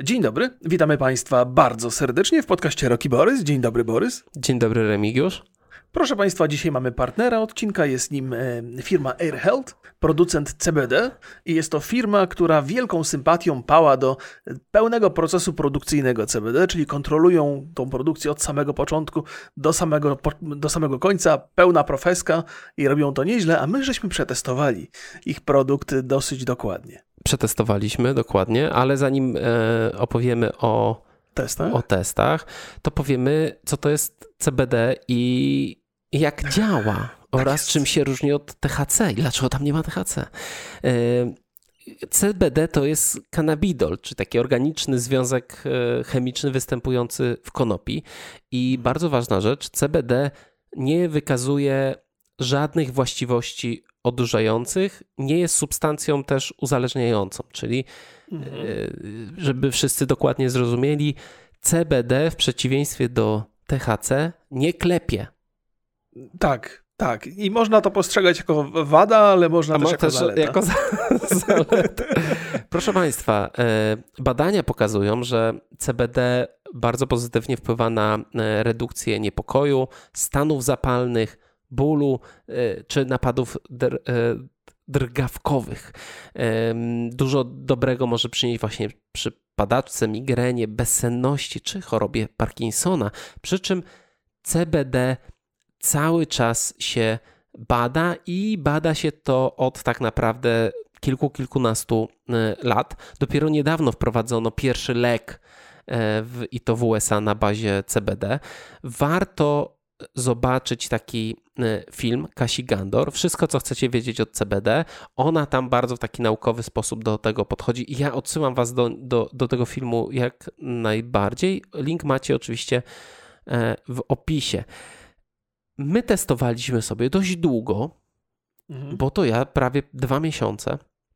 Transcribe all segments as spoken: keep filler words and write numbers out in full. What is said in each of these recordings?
Dzień dobry, witamy Państwa bardzo serdecznie w podcaście Roki Borys. Dzień dobry, Borys. Dzień dobry, Remigiusz. Proszę Państwa, dzisiaj mamy partnera odcinka, jest nim e, firma AirHealth, producent C B D i jest to firma, która wielką sympatią pała do pełnego procesu produkcyjnego C B D, czyli kontrolują tą produkcję od samego początku do samego, do samego końca, pełna profeska i robią to nieźle, a my żeśmy przetestowali ich produkt dosyć dokładnie. Przetestowaliśmy, dokładnie, ale zanim e, opowiemy o testach? o testach, to powiemy, co to jest C B D i jak działa oraz czym się różni od T H C i dlaczego tam nie ma T H C. C B D to jest kanabidol, czyli taki organiczny związek chemiczny występujący w konopi i bardzo ważna rzecz, C B D nie wykazuje żadnych właściwości odurzających, nie jest substancją też uzależniającą, czyli mhm. żeby wszyscy dokładnie zrozumieli, C B D w przeciwieństwie do T H C nie klepie. Tak, tak. I można to postrzegać jako wada, ale można A też, jako, też zaleta. jako zaletę. Proszę Państwa, badania pokazują, że C B D bardzo pozytywnie wpływa na redukcję niepokoju, stanów zapalnych, bólu czy napadów dr- drgawkowych. Dużo dobrego może przynieść właśnie przy padaczce, migrenie, bezsenności czy chorobie Parkinsona. Przy czym C B D cały czas się bada i bada się to od tak naprawdę kilku, kilkunastu lat. Dopiero niedawno wprowadzono pierwszy lek w, i to w U S A na bazie C B D. Warto zobaczyć taki film Kasi Gandor. Wszystko, co chcecie wiedzieć od C B D. Ona tam bardzo w taki naukowy sposób do tego podchodzi i ja odsyłam was do, do, do tego filmu jak najbardziej. Link macie oczywiście w opisie. My testowaliśmy sobie dość długo, mhm. bo to ja prawie dwa miesiące.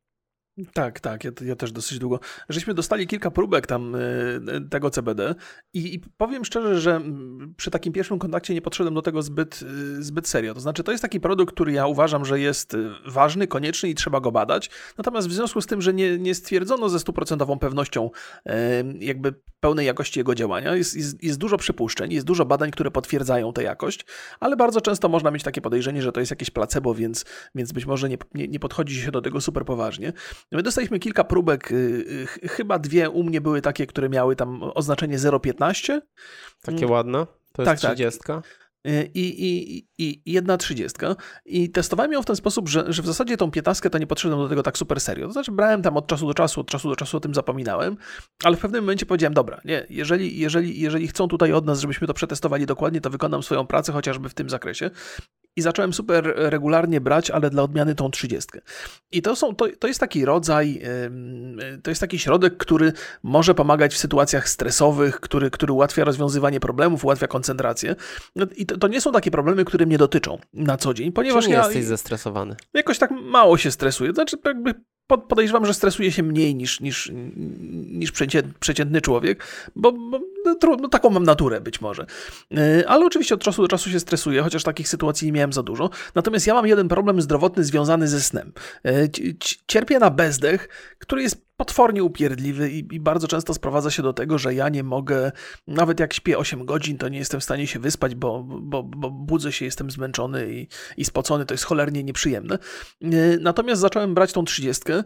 Tak, tak, ja, ja też dosyć długo. Żeśmy dostali kilka próbek tam y, tego C B D i, i powiem szczerze, że przy takim pierwszym kontakcie nie podszedłem do tego zbyt, y, zbyt serio. To znaczy to jest taki produkt, który ja uważam, że jest ważny, konieczny i trzeba go badać. Natomiast w związku z tym, że nie, nie stwierdzono ze stuprocentową pewnością y, jakby pełnej jakości jego działania, jest, jest, jest dużo przypuszczeń, jest dużo badań, które potwierdzają tę jakość, ale bardzo często można mieć takie podejrzenie, że to jest jakieś placebo, więc, więc być może nie, nie, nie podchodzi się do tego super poważnie. My dostaliśmy kilka próbek, ch- chyba dwie u mnie były takie, które miały tam oznaczenie zero przecinek piętnaście. Takie ładne, to jest tak, trzydziestka. Tak. I, i, i jedna trzydziestka. I testowałem ją w ten sposób, że, że w zasadzie tą piętnastkę to nie podszedłem do tego tak super serio. To znaczy brałem tam od czasu do czasu, od czasu do czasu o tym zapominałem, ale w pewnym momencie powiedziałem, dobra, nie, jeżeli, jeżeli, jeżeli chcą tutaj od nas, żebyśmy to przetestowali dokładnie, to wykonam swoją pracę chociażby w tym zakresie. I zacząłem super regularnie brać, ale dla odmiany tą trzydziestkę. I to, są, to, to jest taki rodzaj, to jest taki środek, który może pomagać w sytuacjach stresowych, który, który ułatwia rozwiązywanie problemów, ułatwia koncentrację. I to, to nie są takie problemy, które mnie dotyczą na co dzień, ponieważ Czym ja jesteś zestresowany? Jakoś tak mało się stresuję. Znaczy jakby podejrzewam, że stresuje się mniej niż, niż, niż przeciętny człowiek, bo, bo no, taką mam naturę być może. Ale oczywiście od czasu do czasu się stresuję, chociaż takich sytuacji nie miałem za dużo. Natomiast ja mam jeden problem zdrowotny związany ze snem. Cierpię na bezdech, który jest potwornie upierdliwy i, i bardzo często sprowadza się do tego, że ja nie mogę, nawet jak śpię osiem godzin, to nie jestem w stanie się wyspać, bo, bo, bo budzę się, jestem zmęczony i, i spocony, to jest cholernie nieprzyjemne. Natomiast zacząłem brać tą trzydziestkę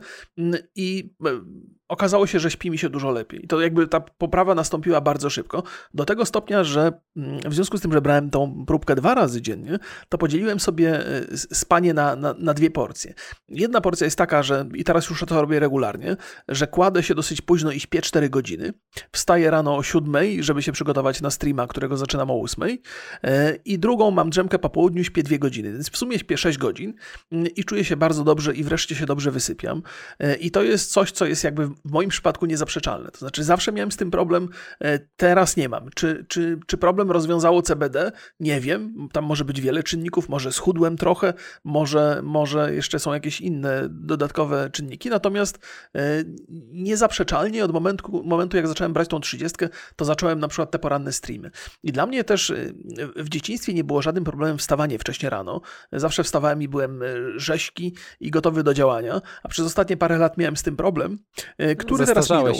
i okazało się, że śpi mi się dużo lepiej. I to jakby ta poprawa nastąpiła bardzo szybko, do tego stopnia, że w związku z tym, że brałem tą próbkę dwa razy dziennie, to podzieliłem sobie spanie na, na, na dwie porcje. Jedna porcja jest taka, że i teraz już to robię regularnie, że kładę się dosyć późno i śpię cztery godziny, wstaję rano o siódmej, żeby się przygotować na streama, którego zaczynam o ósmej i drugą mam drzemkę po południu, śpię dwie godziny, więc w sumie śpię sześć godzin i czuję się bardzo dobrze i wreszcie się dobrze wysypiam. I to jest coś, co jest jakby w moim przypadku niezaprzeczalne. To znaczy zawsze miałem z tym problem, teraz nie mam. Czy, czy, czy problem rozwiązało C B D? Nie wiem. Tam może być wiele czynników, może schudłem trochę, może, może jeszcze są jakieś inne dodatkowe czynniki, natomiast niezaprzeczalnie od momentu, momentu jak zacząłem brać tą trzydziestkę, to zacząłem na przykład te poranne streamy. I dla mnie też w dzieciństwie nie było żadnym problemem wstawanie wcześnie rano. Zawsze wstawałem i byłem rześki i gotowy do działania, a przez ostatnie parę lat miałem z tym problem, który teraz minął. się.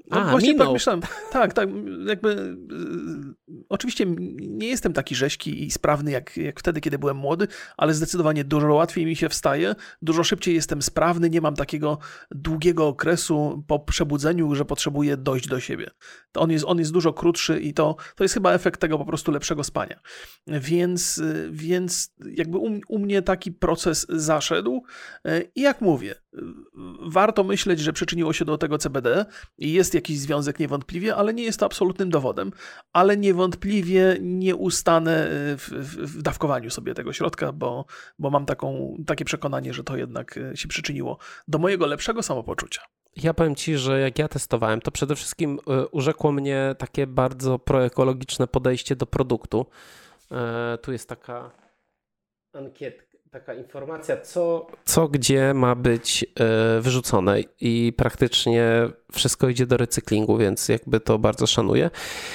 No A, właśnie minął. tak myślałem. Tak, tak, jakby y, oczywiście nie jestem taki rzeźki i sprawny jak, jak wtedy, kiedy byłem młody, ale zdecydowanie dużo łatwiej mi się wstaje, dużo szybciej jestem sprawny, nie mam takiego długiego okresu po przebudzeniu, że potrzebuję dojść do siebie. To on jest, on jest dużo krótszy i to, to jest chyba efekt tego po prostu lepszego spania. Więc, więc jakby u, u mnie taki proces zaszedł i jak mówię, warto myśleć, że przyczyniło się do tego C B D i jest jakiś związek niewątpliwie, ale nie jest to absolutnym dowodem, ale niewątpliwie nie ustanę w, w, w dawkowaniu sobie tego środka, bo, bo mam taką, takie przekonanie, że to jednak się przyczyniło do mojego lepszego samopoczucia. Ja powiem ci, że jak ja testowałem, to przede wszystkim urzekło mnie takie bardzo proekologiczne podejście do produktu. Tu jest taka ankietka, taka informacja, co, co gdzie ma być wyrzucone i praktycznie wszystko idzie do recyklingu, więc jakby to bardzo szanuję.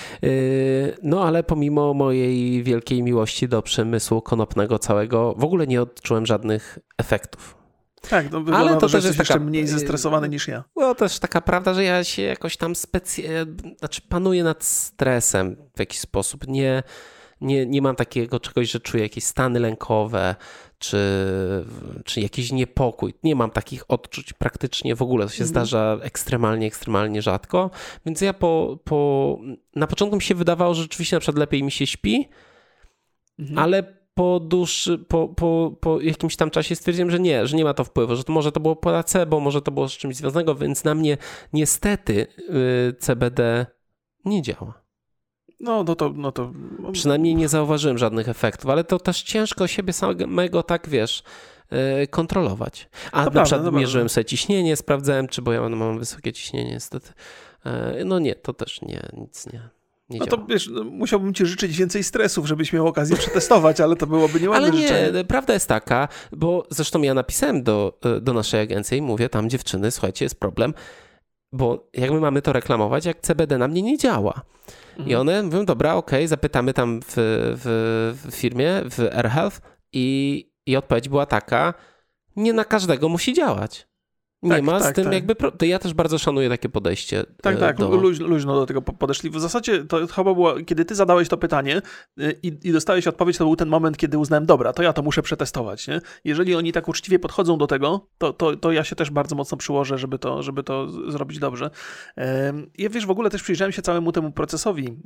No ale pomimo mojej wielkiej miłości do przemysłu konopnego całego, w ogóle nie odczułem żadnych efektów. Tak, no wygląda, ale to że też jest jeszcze taka, mniej zestresowany niż ja. No też taka prawda, że ja się jakoś tam specjalnie, znaczy panuję nad stresem w jakiś sposób. Nie, nie, nie mam takiego czegoś, że czuję jakieś stany lękowe, czy, czy jakiś niepokój. Nie mam takich odczuć praktycznie w ogóle. To się mm. zdarza ekstremalnie, ekstremalnie rzadko. Więc ja po, po... Na początku mi się wydawało, że rzeczywiście na przykład lepiej mi się śpi, mm. ale po dłuższy, po, po, po jakimś tam czasie stwierdziłem, że nie, że nie ma to wpływu, że to może to było placebo, może to było z czymś związanego, więc na mnie niestety yy, C B D nie działa. No, no to, no to... Przynajmniej nie zauważyłem żadnych efektów, ale to też ciężko siebie samego tak, wiesz, yy, kontrolować. A to na przykład prawda, mierzyłem sobie ciśnienie, sprawdzałem, czy bo ja mam wysokie ciśnienie niestety. Yy, no nie, to też nie, nic nie. Nie no działa. to wiesz, no, musiałbym ci życzyć więcej stresów, żebyś miał okazję przetestować, ale to byłoby nieładne Ale nie, życzenie. Prawda jest taka, bo zresztą ja napisałem do, do naszej agencji i mówię tam dziewczyny, słuchajcie, jest problem, bo jak my mamy to reklamować, jak C B D na mnie nie działa. Mhm. I one mówią, dobra, okej, okay, zapytamy tam w, w, w firmie, w AirHealth i, i odpowiedź była taka, nie na każdego musi działać. Nie tak, ma z tak, tym tak. jakby... Pro... Ja też bardzo szanuję takie podejście. Tak, tak, do... Luź, luźno do tego podeszli. W zasadzie to chyba było, kiedy ty zadałeś to pytanie i, i dostałeś odpowiedź, to był ten moment, kiedy uznałem, dobra, to ja to muszę przetestować. Nie? Jeżeli oni tak uczciwie podchodzą do tego, to, to, to ja się też bardzo mocno przyłożę, żeby to, żeby to zrobić dobrze. Ja wiesz, w ogóle też przyjrzałem się całemu temu procesowi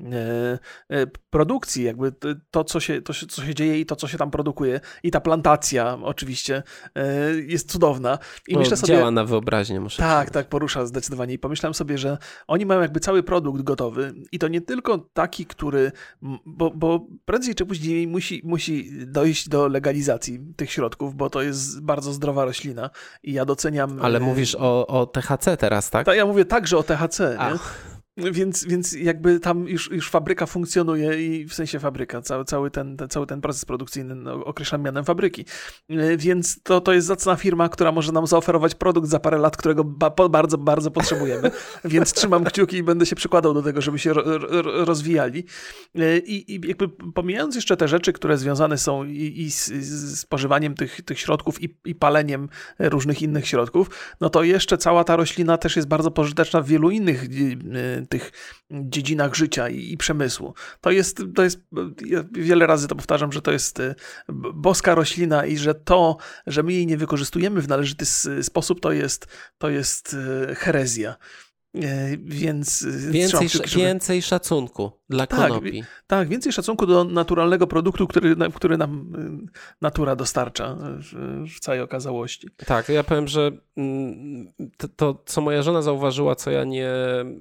produkcji, jakby to, co się, to, co się dzieje i to, co się tam produkuje. I ta plantacja oczywiście jest cudowna. I no, myślę sobie... Działa na wyobraźnię, muszę Tak, powiedzieć. tak, porusza zdecydowanie. I pomyślałem sobie, że oni mają jakby cały produkt gotowy i to nie tylko taki, który, bo, bo prędzej czy później musi, musi dojść do legalizacji tych środków, bo to jest bardzo zdrowa roślina i ja doceniam... Ale mówisz o, o T H C teraz, tak? Tak, ja mówię także o T H C, nie? Więc, więc jakby tam już, już fabryka funkcjonuje i w sensie fabryka, cały, cały, ten, ten, cały ten proces produkcyjny no, określam mianem fabryki. Więc to, to jest zacna firma, która może nam zaoferować produkt za parę lat, którego ba, bardzo, bardzo potrzebujemy. Więc trzymam kciuki i będę się przykładał do tego, żeby się ro, ro, rozwijali. I, I jakby pomijając jeszcze te rzeczy, które związane są i, i z, z spożywaniem tych, tych środków i, i paleniem różnych innych środków, no to jeszcze cała ta roślina też jest bardzo pożyteczna w wielu innych tych dziedzinach życia i, i przemysłu. To jest, to jest, ja wiele razy to powtarzam, że to jest boska roślina i że to, że my jej nie wykorzystujemy w należyty sposób, to jest, to jest herezja. Więc więcej, kciuki, żeby... więcej szacunku dla konopi. Tak, tak, więcej szacunku do naturalnego produktu, który, który nam natura dostarcza w całej okazałości. Tak, ja powiem, że to, to co moja żona zauważyła, co ja nie,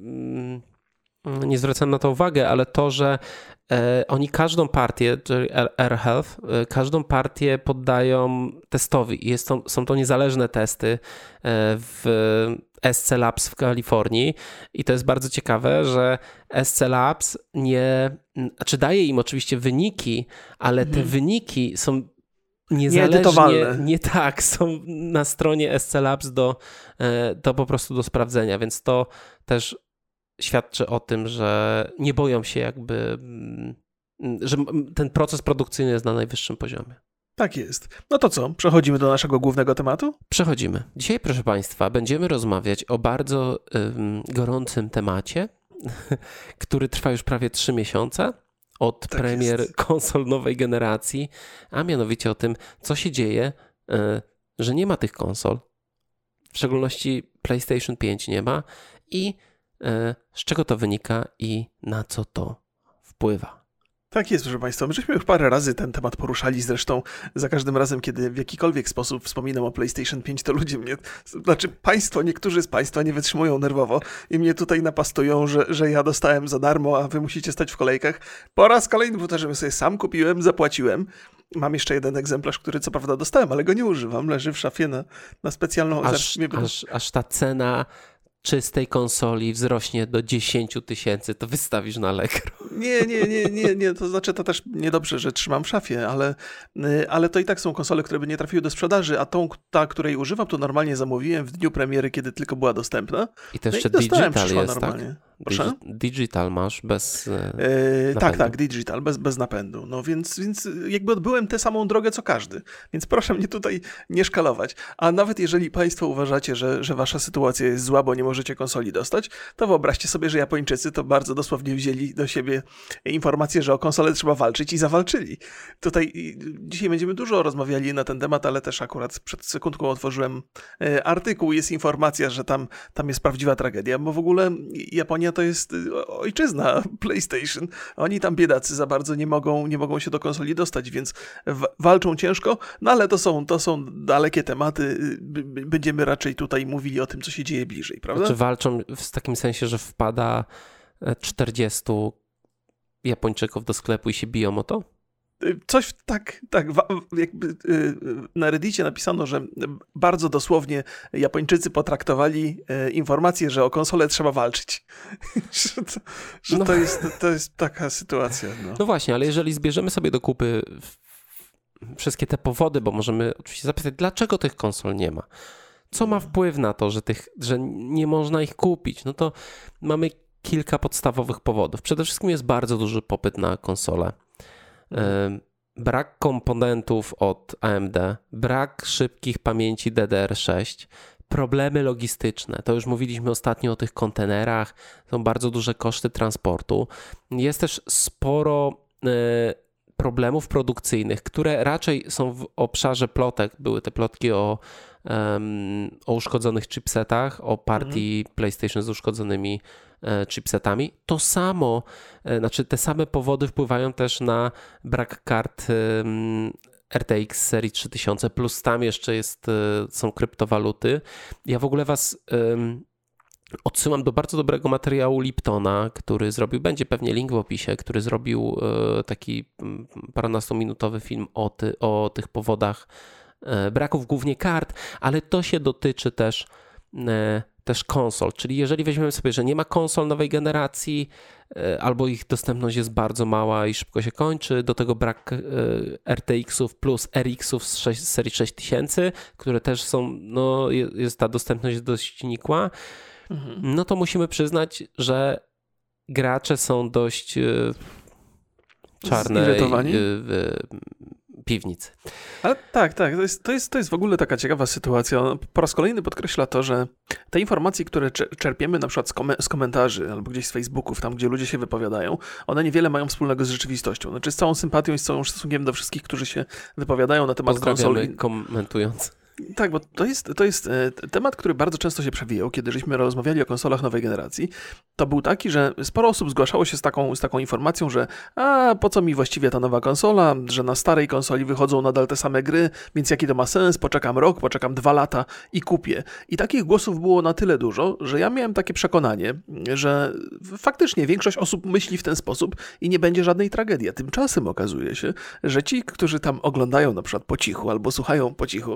nie zwracam na to uwagę, ale to, że oni każdą partię, czyli AirHealth, każdą partię poddają testowi. Jest to, są to niezależne testy w S C Labs w Kalifornii i to jest bardzo ciekawe, że S C Labs nie, znaczy daje im oczywiście wyniki, ale te mhm. wyniki są niezależnie, nie tak, są na stronie S C Labs do, do po prostu do sprawdzenia, więc to też świadczy o tym, że nie boją się jakby, że ten proces produkcyjny jest na najwyższym poziomie. Tak jest. No to co? Przechodzimy do naszego głównego tematu? Przechodzimy. Dzisiaj, proszę Państwa, będziemy rozmawiać o bardzo ym, gorącym temacie, który trwa już prawie trzy miesiące od Tak premier jest. konsol nowej generacji, a mianowicie o tym, co się dzieje, y, że nie ma tych konsol, w szczególności PlayStation pięć nie ma i y, z czego to wynika i na co to wpływa. Tak jest, proszę Państwa. My żeśmy już parę razy ten temat poruszali, zresztą za każdym razem, kiedy w jakikolwiek sposób wspominam o PlayStation pięć, to ludzie mnie, znaczy Państwo, niektórzy z Państwa nie wytrzymują nerwowo i mnie tutaj napastują, że, że ja dostałem za darmo, a Wy musicie stać w kolejkach. Po raz kolejny powtarzam, sobie sam kupiłem, zapłaciłem. Mam jeszcze jeden egzemplarz, który co prawda dostałem, ale go nie używam. Leży w szafie na, na specjalną... Aż, aż, aż ta cena czystej konsoli wzrośnie do dziesięć tysięcy, to wystawisz na Allegro. Nie, nie, nie, nie, nie, to znaczy to też niedobrze, że trzymam w szafie, ale, ale to i tak są konsole, które by nie trafiły do sprzedaży, a tą, ta, której używam, to normalnie zamówiłem w dniu premiery, kiedy tylko była dostępna. I to no jeszcze i dostałem, digital jest, normalnie. tak? Proszę? Digital masz bez e, yy, Tak, tak, digital, bez, bez napędu. No więc, więc jakby odbyłem tę samą drogę co każdy. Więc proszę mnie tutaj nie szkalować. A nawet jeżeli Państwo uważacie, że, że Wasza sytuacja jest zła, bo nie możecie konsoli dostać, to wyobraźcie sobie, że Japończycy to bardzo dosłownie wzięli do siebie informację, że o konsolę trzeba walczyć i zawalczyli. Tutaj dzisiaj będziemy dużo rozmawiali na ten temat, ale też akurat przed sekundką otworzyłem artykuł. Jest informacja, że tam, tam jest prawdziwa tragedia, bo w ogóle Japonia to jest ojczyzna PlayStation. Oni tam biedacy za bardzo nie mogą, nie mogą się do konsoli dostać, więc w, walczą ciężko, no ale to są, to są dalekie tematy. Będziemy raczej tutaj mówili o tym, co się dzieje bliżej, prawda? Znaczy walczą w takim sensie, że wpada czterdziestu Japończyków do sklepu i się biją o to? Coś tak, tak, jakby na Reddicie napisano, że bardzo dosłownie Japończycy potraktowali informację, że o konsolę trzeba walczyć. że to, że no. to, jest, to jest taka sytuacja. No. no właśnie, ale jeżeli zbierzemy sobie do kupy wszystkie te powody, bo możemy oczywiście zapytać, dlaczego tych konsol nie ma? Co ma wpływ na to, że, tych, że nie można ich kupić? No to mamy kilka podstawowych powodów. Przede wszystkim jest bardzo duży popyt na konsole. Brak komponentów od A M D, brak szybkich pamięci D D R sześć, problemy logistyczne. To już mówiliśmy ostatnio o tych kontenerach, są bardzo duże koszty transportu. Jest też sporo problemów produkcyjnych, które raczej są w obszarze plotek. Były te plotki o, um, o uszkodzonych chipsetach, o partii mhm. PlayStation z uszkodzonymi e, chipsetami. To samo, e, znaczy te same powody wpływają też na brak kart um, R T X serii trzy tysiące, plus tam jeszcze jest, e, są kryptowaluty. Ja w ogóle was... Um, Odsyłam do bardzo dobrego materiału Liptona, który zrobił, będzie pewnie link w opisie, który zrobił taki parunastominutowy film o, ty, o tych powodach braków głównie kart, ale to się dotyczy też, też konsol, czyli jeżeli weźmiemy sobie, że nie ma konsol nowej generacji albo ich dostępność jest bardzo mała i szybko się kończy, do tego brak R T X-ów plus R X-ów z, sześć, z serii sześć tysięcy, które też są, no jest ta dostępność dość nikła, no to musimy przyznać, że gracze są dość y, czarne Zirytowani? w y, piwnicy. Ale tak, tak, to jest, to, jest, to jest w ogóle taka ciekawa sytuacja. Po raz kolejny podkreśla to, że te informacje, które czerpiemy na przykład z, kom- z komentarzy albo gdzieś z Facebooków, tam gdzie ludzie się wypowiadają, one niewiele mają wspólnego z rzeczywistością. Znaczy z całą sympatią i z całym szacunkiem do wszystkich, którzy się wypowiadają na temat konsol. I... komentując. Tak, bo to jest, to jest temat, który bardzo często się przewijał, kiedy żeśmy rozmawiali o konsolach nowej generacji. To był taki, że sporo osób zgłaszało się z taką, z taką informacją, że a po co mi właściwie ta nowa konsola, że na starej konsoli wychodzą nadal te same gry, więc jaki to ma sens, poczekam rok, poczekam dwa lata i kupię. I takich głosów było na tyle dużo, że ja miałem takie przekonanie, że faktycznie większość osób myśli w ten sposób i nie będzie żadnej tragedii. A tymczasem okazuje się, że ci, którzy tam oglądają na przykład po cichu albo słuchają po cichu, no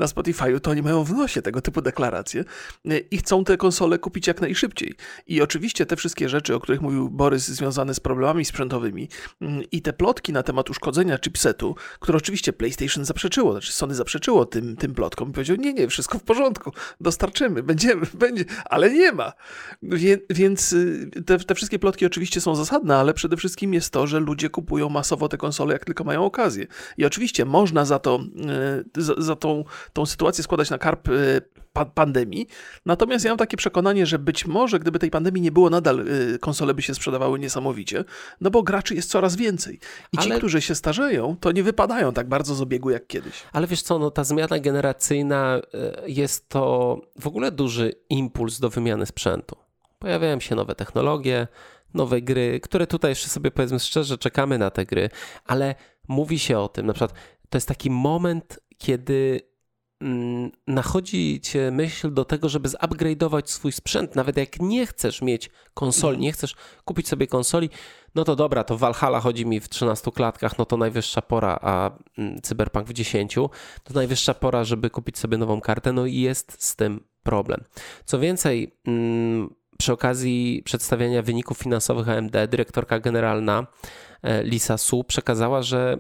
na Spotify'u, to oni mają w nosie tego typu deklaracje i chcą te konsole kupić jak najszybciej. I oczywiście te wszystkie rzeczy, o których mówił Borys, związane z problemami sprzętowymi i te plotki na temat uszkodzenia chipsetu, które oczywiście PlayStation zaprzeczyło, znaczy Sony zaprzeczyło tym, tym plotkom i powiedział, nie, nie, wszystko w porządku, dostarczymy, będziemy, będzie, ale nie ma. Wie, więc te, te wszystkie plotki oczywiście są zasadne, ale przede wszystkim jest to, że ludzie kupują masowo te konsole, jak tylko mają okazję. I oczywiście można za to, za, za tą, tą sytuację składać na karb pa, pandemii, natomiast ja mam takie przekonanie, że być może gdyby tej pandemii nie było, nadal konsole by się sprzedawały niesamowicie, no bo graczy jest coraz więcej. I ci, ale... którzy się starzeją, to nie wypadają tak bardzo z obiegu jak kiedyś. Ale wiesz co, no ta zmiana generacyjna jest to w ogóle duży impuls do wymiany sprzętu. Pojawiają się nowe technologie, nowe gry, które tutaj jeszcze sobie powiedzmy szczerze czekamy na te gry, ale mówi się o tym, na przykład to jest taki moment, kiedy mm, nachodzi cię myśl do tego, żeby zupgrade'ować swój sprzęt, nawet jak nie chcesz mieć konsoli, nie chcesz kupić sobie konsoli, no to dobra, to Valhalla chodzi mi w trzynastu klatkach, no to najwyższa pora, a mm, Cyberpunk w dziesięciu, to najwyższa pora, żeby kupić sobie nową kartę, no i jest z tym problem. Co więcej, mm, przy okazji przedstawiania wyników finansowych A M D dyrektorka generalna Lisa Su przekazała, że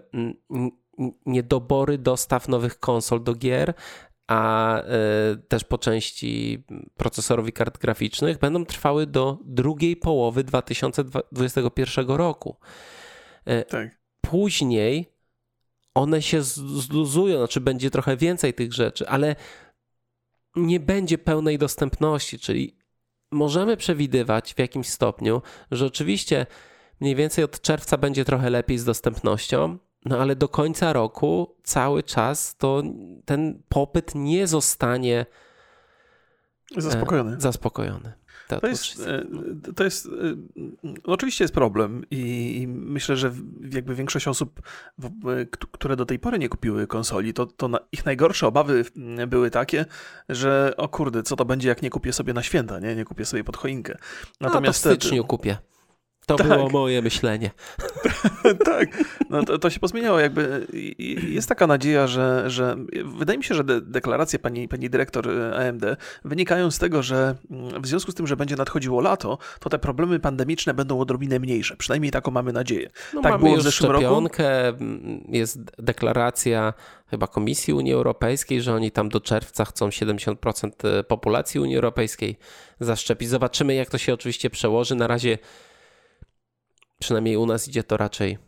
niedobory dostaw nowych konsol do gier, a też po części procesorów i kart graficznych będą trwały do drugiej połowy dwa tysiące dwudziestego pierwszego roku. Tak. Później one się zluzują, znaczy będzie trochę więcej tych rzeczy, ale nie będzie pełnej dostępności, czyli możemy przewidywać w jakimś stopniu, że oczywiście mniej więcej od czerwca będzie trochę lepiej z dostępnością, no ale do końca roku cały czas to ten popyt nie zostanie zaspokojony. E, zaspokojony. To, to, jest, to jest, no oczywiście jest problem i, i myślę, że jakby większość osób, które do tej pory nie kupiły konsoli, to, to na, ich najgorsze obawy były takie, że o kurde, co to będzie, jak nie kupię sobie na święta, nie, nie kupię sobie pod choinkę. Natomiast A, to w styczniu wtedy... kupię. To tak. było moje myślenie. Tak, no to, to się pozmieniało. Jakby jest taka nadzieja, że, że wydaje mi się, że de- deklaracje pani, pani dyrektor A M D wynikają z tego, że w związku z tym, że będzie nadchodziło lato, to te problemy pandemiczne będą odrobinę mniejsze. Przynajmniej taką mamy nadzieję. No tak mamy było już w zeszłym szczepionkę, roku. Jest deklaracja chyba Komisji Unii Europejskiej, że oni tam do czerwca chcą siedemdziesiąt procent populacji Unii Europejskiej zaszczepić. Zobaczymy, jak to się oczywiście przełoży. Na razie przynajmniej u nas idzie to raczej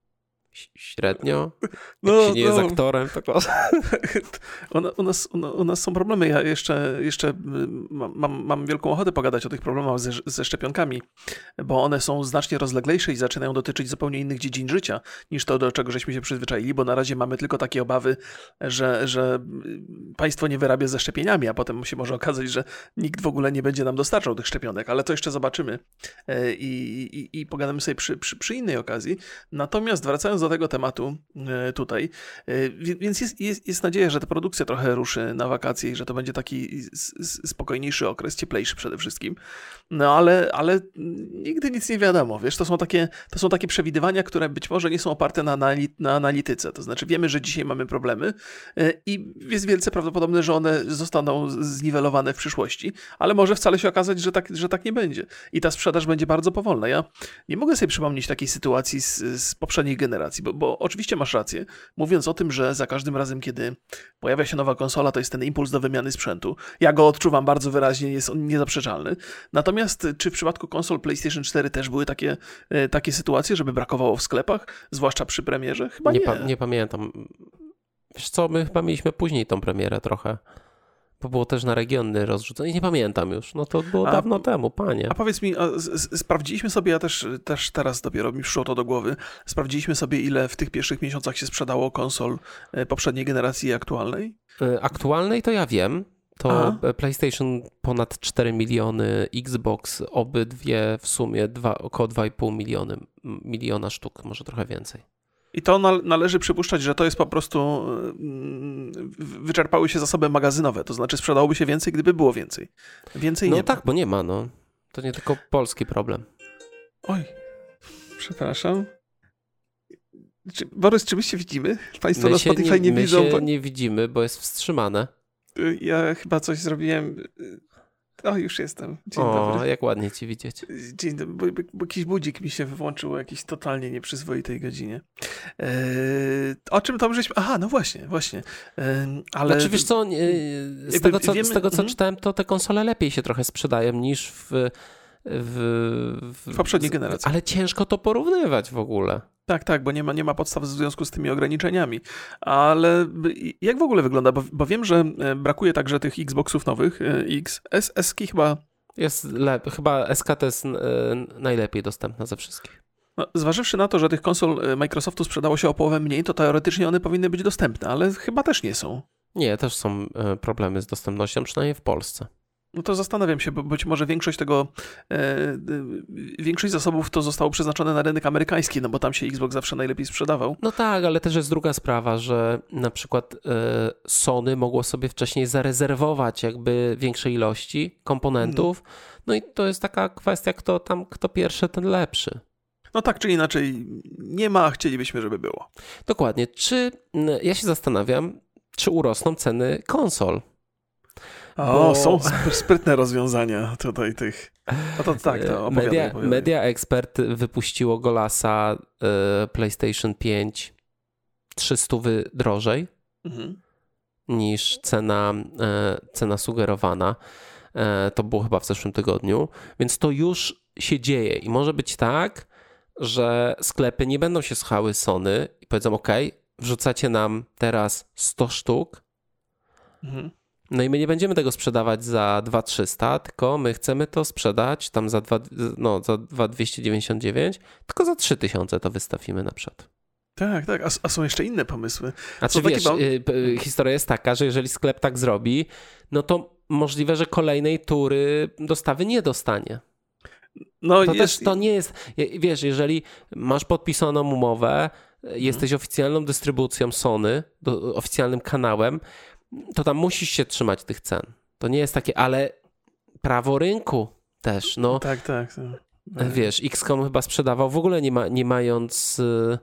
średnio. No, jak się nie no. jest aktorem, to u, u, nas, u, u nas są problemy. Ja jeszcze, jeszcze mam, mam wielką ochotę pogadać o tych problemach ze, ze szczepionkami, bo one są znacznie rozleglejsze i zaczynają dotyczyć zupełnie innych dziedzin życia niż to, do czego żeśmy się przyzwyczaili, bo na razie mamy tylko takie obawy, że, że państwo nie wyrabia ze szczepieniami, a potem się może okazać, że nikt w ogóle nie będzie nam dostarczał tych szczepionek, ale to jeszcze zobaczymy i, i, i pogadamy sobie przy, przy, przy innej okazji. Natomiast wracając do tego tematu tutaj, więc jest, jest, jest nadzieja, że ta produkcja trochę ruszy na wakacje i że to będzie taki spokojniejszy okres, cieplejszy przede wszystkim, no ale, ale nigdy nic nie wiadomo, wiesz, to są takie, to są takie przewidywania, które być może nie są oparte na, anali- na analityce, to znaczy wiemy, że dzisiaj mamy problemy i jest wielce prawdopodobne, że one zostaną zniwelowane w przyszłości, ale może wcale się okazać, że tak, że tak nie będzie i ta sprzedaż będzie bardzo powolna. Ja nie mogę sobie przypomnieć takiej sytuacji z, z poprzedniej generacji, Bo, bo oczywiście masz rację, mówiąc o tym, że za każdym razem, kiedy pojawia się nowa konsola, to jest ten impuls do wymiany sprzętu. Ja go odczuwam bardzo wyraźnie, jest on niezaprzeczalny. Natomiast czy w przypadku konsol PlayStation cztery też były takie, takie sytuacje, żeby brakowało w sklepach, zwłaszcza przy premierze? Chyba nie. Nie, pa- nie pamiętam. Wiesz co, my chyba mieliśmy później tą premierę trochę. Bo było też na regiony rozrzucone. Nie pamiętam już. No to było a, dawno temu, panie. A powiedz mi, a z, z, sprawdziliśmy sobie, ja też, też teraz dopiero mi przyszło to do głowy, sprawdziliśmy sobie, ile w tych pierwszych miesiącach się sprzedało konsol poprzedniej generacji i aktualnej? Aktualnej to ja wiem. To a? PlayStation ponad cztery miliony, Xbox obydwie w sumie dwa, około dwa i pół miliony, miliona sztuk, może trochę więcej. I to należy przypuszczać, że to jest po prostu wyczerpały się zasoby magazynowe, to znaczy sprzedałoby się więcej, gdyby było więcej. Więcej no nie tak, ma. Bo nie ma, no. To nie tylko polski problem. Oj, przepraszam. Czy, Borys, czy my się widzimy? Państwo my na Spotify nie, nie, nie widzą. My się bo... nie widzimy, bo jest wstrzymane. Ja chyba coś zrobiłem... O, już jestem. Dzień o, dobry. jak ładnie ci widzieć. Dzień dobry, bo, bo jakiś budzik mi się włączył o jakiejś totalnie nieprzyzwoitej godzinie. Eee, o czym tam żeśmy... Aha, no właśnie, właśnie. Eee, ale... Znaczy wiesz co, z tego co, wiemy... z tego, co mhm. czytałem, to te konsole lepiej się trochę sprzedają niż w... W, w, w poprzedniej generacji. Ale ciężko to porównywać w ogóle. Tak, tak, bo nie ma, nie ma podstaw w związku z tymi ograniczeniami. Ale jak w ogóle wygląda? Bo, bo wiem, że brakuje także tych Xboxów nowych, X, S, S-ki chyba... Jest lep- chyba S K to jest najlepiej dostępna ze wszystkich. No, zważywszy na to, że tych konsol Microsoftu sprzedało się o połowę mniej, to teoretycznie one powinny być dostępne, ale chyba też nie są. Nie, też są problemy z dostępnością, przynajmniej w Polsce. No to zastanawiam się, bo być może większość tego, e, większość zasobów to zostało przeznaczone na rynek amerykański, no bo tam się Xbox zawsze najlepiej sprzedawał. No tak, ale też jest druga sprawa, że na przykład e, Sony mogło sobie wcześniej zarezerwować jakby większe ilości komponentów, hmm. no i to jest taka kwestia, kto tam, kto pierwszy, ten lepszy. No tak czy inaczej, nie ma, chcielibyśmy, żeby było. Dokładnie. Czy, ja się zastanawiam, czy urosną ceny konsol? O, Bo... są sprytne rozwiązania tutaj tych. No to tak, to opowiadaj, Media, opowiadaj. Media Expert wypuściło Golasa y, PlayStation pięć trzysta drożej mhm. niż cena, y, cena sugerowana. Y, to było chyba w zeszłym tygodniu. Więc to już się dzieje i może być tak, że sklepy nie będą się słuchały Sony i powiedzą: OK, wrzucacie nam teraz sto sztuk. Mhm. No i my nie będziemy tego sprzedawać za dwa tysiące trzysta, tylko my chcemy to sprzedać tam za, dwa, no, za dwa tysiące dwieście dziewięćdziesiąt dziewięć, tylko za trzy tysiące to wystawimy na przykład. Tak, tak, a, a są jeszcze inne pomysły. A czy wiesz, ba... y, y, historia jest taka, że jeżeli sklep tak zrobi, no to możliwe, że kolejnej tury dostawy nie dostanie. No to jest... też to nie jest, wiesz, jeżeli masz podpisaną umowę, hmm. jesteś oficjalną dystrybucją Sony, do, oficjalnym kanałem, to tam musisz się trzymać tych cen. To nie jest takie, ale prawo rynku też. No, tak, tak. tak. Wiesz, X COM chyba sprzedawał w ogóle nie, ma, nie mając y,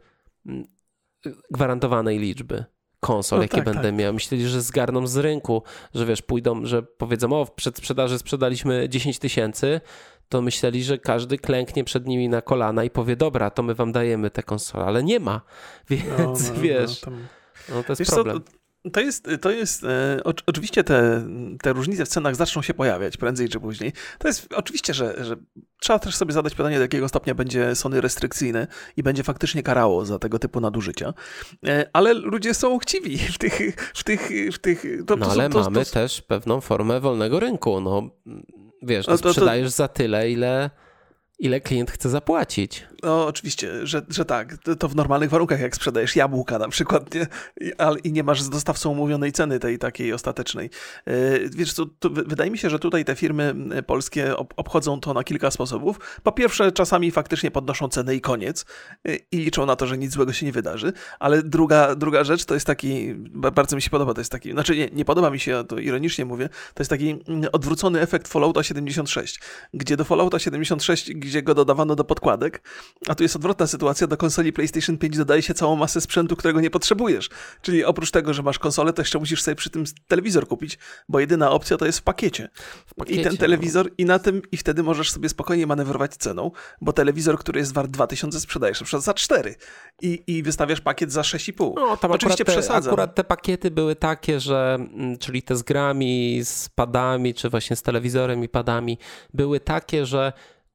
gwarantowanej liczby konsol, no jakie tak, będę tak. miał. Myśleli, że zgarną z rynku, że wiesz, pójdą, że powiedzą: o, w przedsprzedaży sprzedaliśmy dziesięć tysięcy, to myśleli, że każdy klęknie przed nimi na kolana i powie: dobra, to my wam dajemy te konsole, ale nie ma. Więc no, no, wiesz, no, tam... no to jest wiesz problem. Co, To jest, to jest e, o, oczywiście te, te różnice w cenach zaczną się pojawiać prędzej czy później. To jest oczywiście, że, że trzeba też sobie zadać pytanie, do jakiego stopnia będzie Sony restrykcyjne i będzie faktycznie karało za tego typu nadużycia. E, ale ludzie są chciwi w tych... W tych, w tych to, no to, ale to, mamy to, też pewną formę wolnego rynku. No wiesz, no, to, sprzedajesz to, to... za tyle, ile... ile klient chce zapłacić. No oczywiście, że, że tak. To w normalnych warunkach, jak sprzedajesz jabłka na przykład, nie? I, ale, i nie masz z dostawcą umówionej ceny tej takiej ostatecznej. Yy, wiesz co, to wydaje mi się, że tutaj te firmy polskie ob, obchodzą to na kilka sposobów. Po pierwsze, czasami faktycznie podnoszą cenę i koniec yy, i liczą na to, że nic złego się nie wydarzy, ale druga, druga rzecz to jest taki, bardzo mi się podoba, to jest taki, znaczy nie, nie podoba mi się, to ironicznie mówię, to jest taki odwrócony efekt Fallouta siedemdziesiąt sześć, gdzie do Fallouta siedemdziesiąt sześć, gdzie go dodawano do podkładek, a tu jest odwrotna sytuacja, do konsoli PlayStation pięć dodaje się całą masę sprzętu, którego nie potrzebujesz. Czyli oprócz tego, że masz konsolę, to jeszcze musisz sobie przy tym telewizor kupić, bo jedyna opcja to jest w pakiecie. W pakiecie I ten telewizor no. i na tym, i wtedy możesz sobie spokojnie manewrować ceną, bo telewizor, który jest wart dwa tysiące, sprzedajesz na przykład za cztery i, i wystawiasz pakiet za sześć i pół. No, tam oczywiście akurat te, przesadzam. Akurat te pakiety były takie, że czyli te z grami, z padami, czy właśnie z telewizorem i padami, były takie, że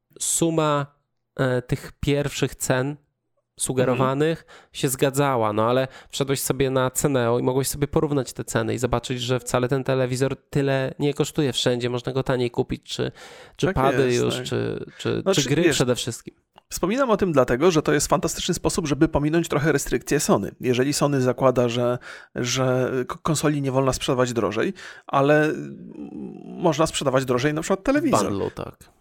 suma tych pierwszych cen sugerowanych mm. się zgadzała, no ale wszedłeś sobie na Ceneo i mogłeś sobie porównać te ceny i zobaczyć, że wcale ten telewizor tyle nie kosztuje wszędzie, można go taniej kupić, czy, czy tak pady jest, już, tak. czy, czy, znaczy, czy gry wiesz, przede wszystkim. Wspominam o tym dlatego, że to jest fantastyczny sposób, żeby pominąć trochę restrykcje Sony. Jeżeli Sony zakłada, że, że konsoli nie wolno sprzedawać drożej, ale można sprzedawać drożej na przykład telewizor. Bundle, tak.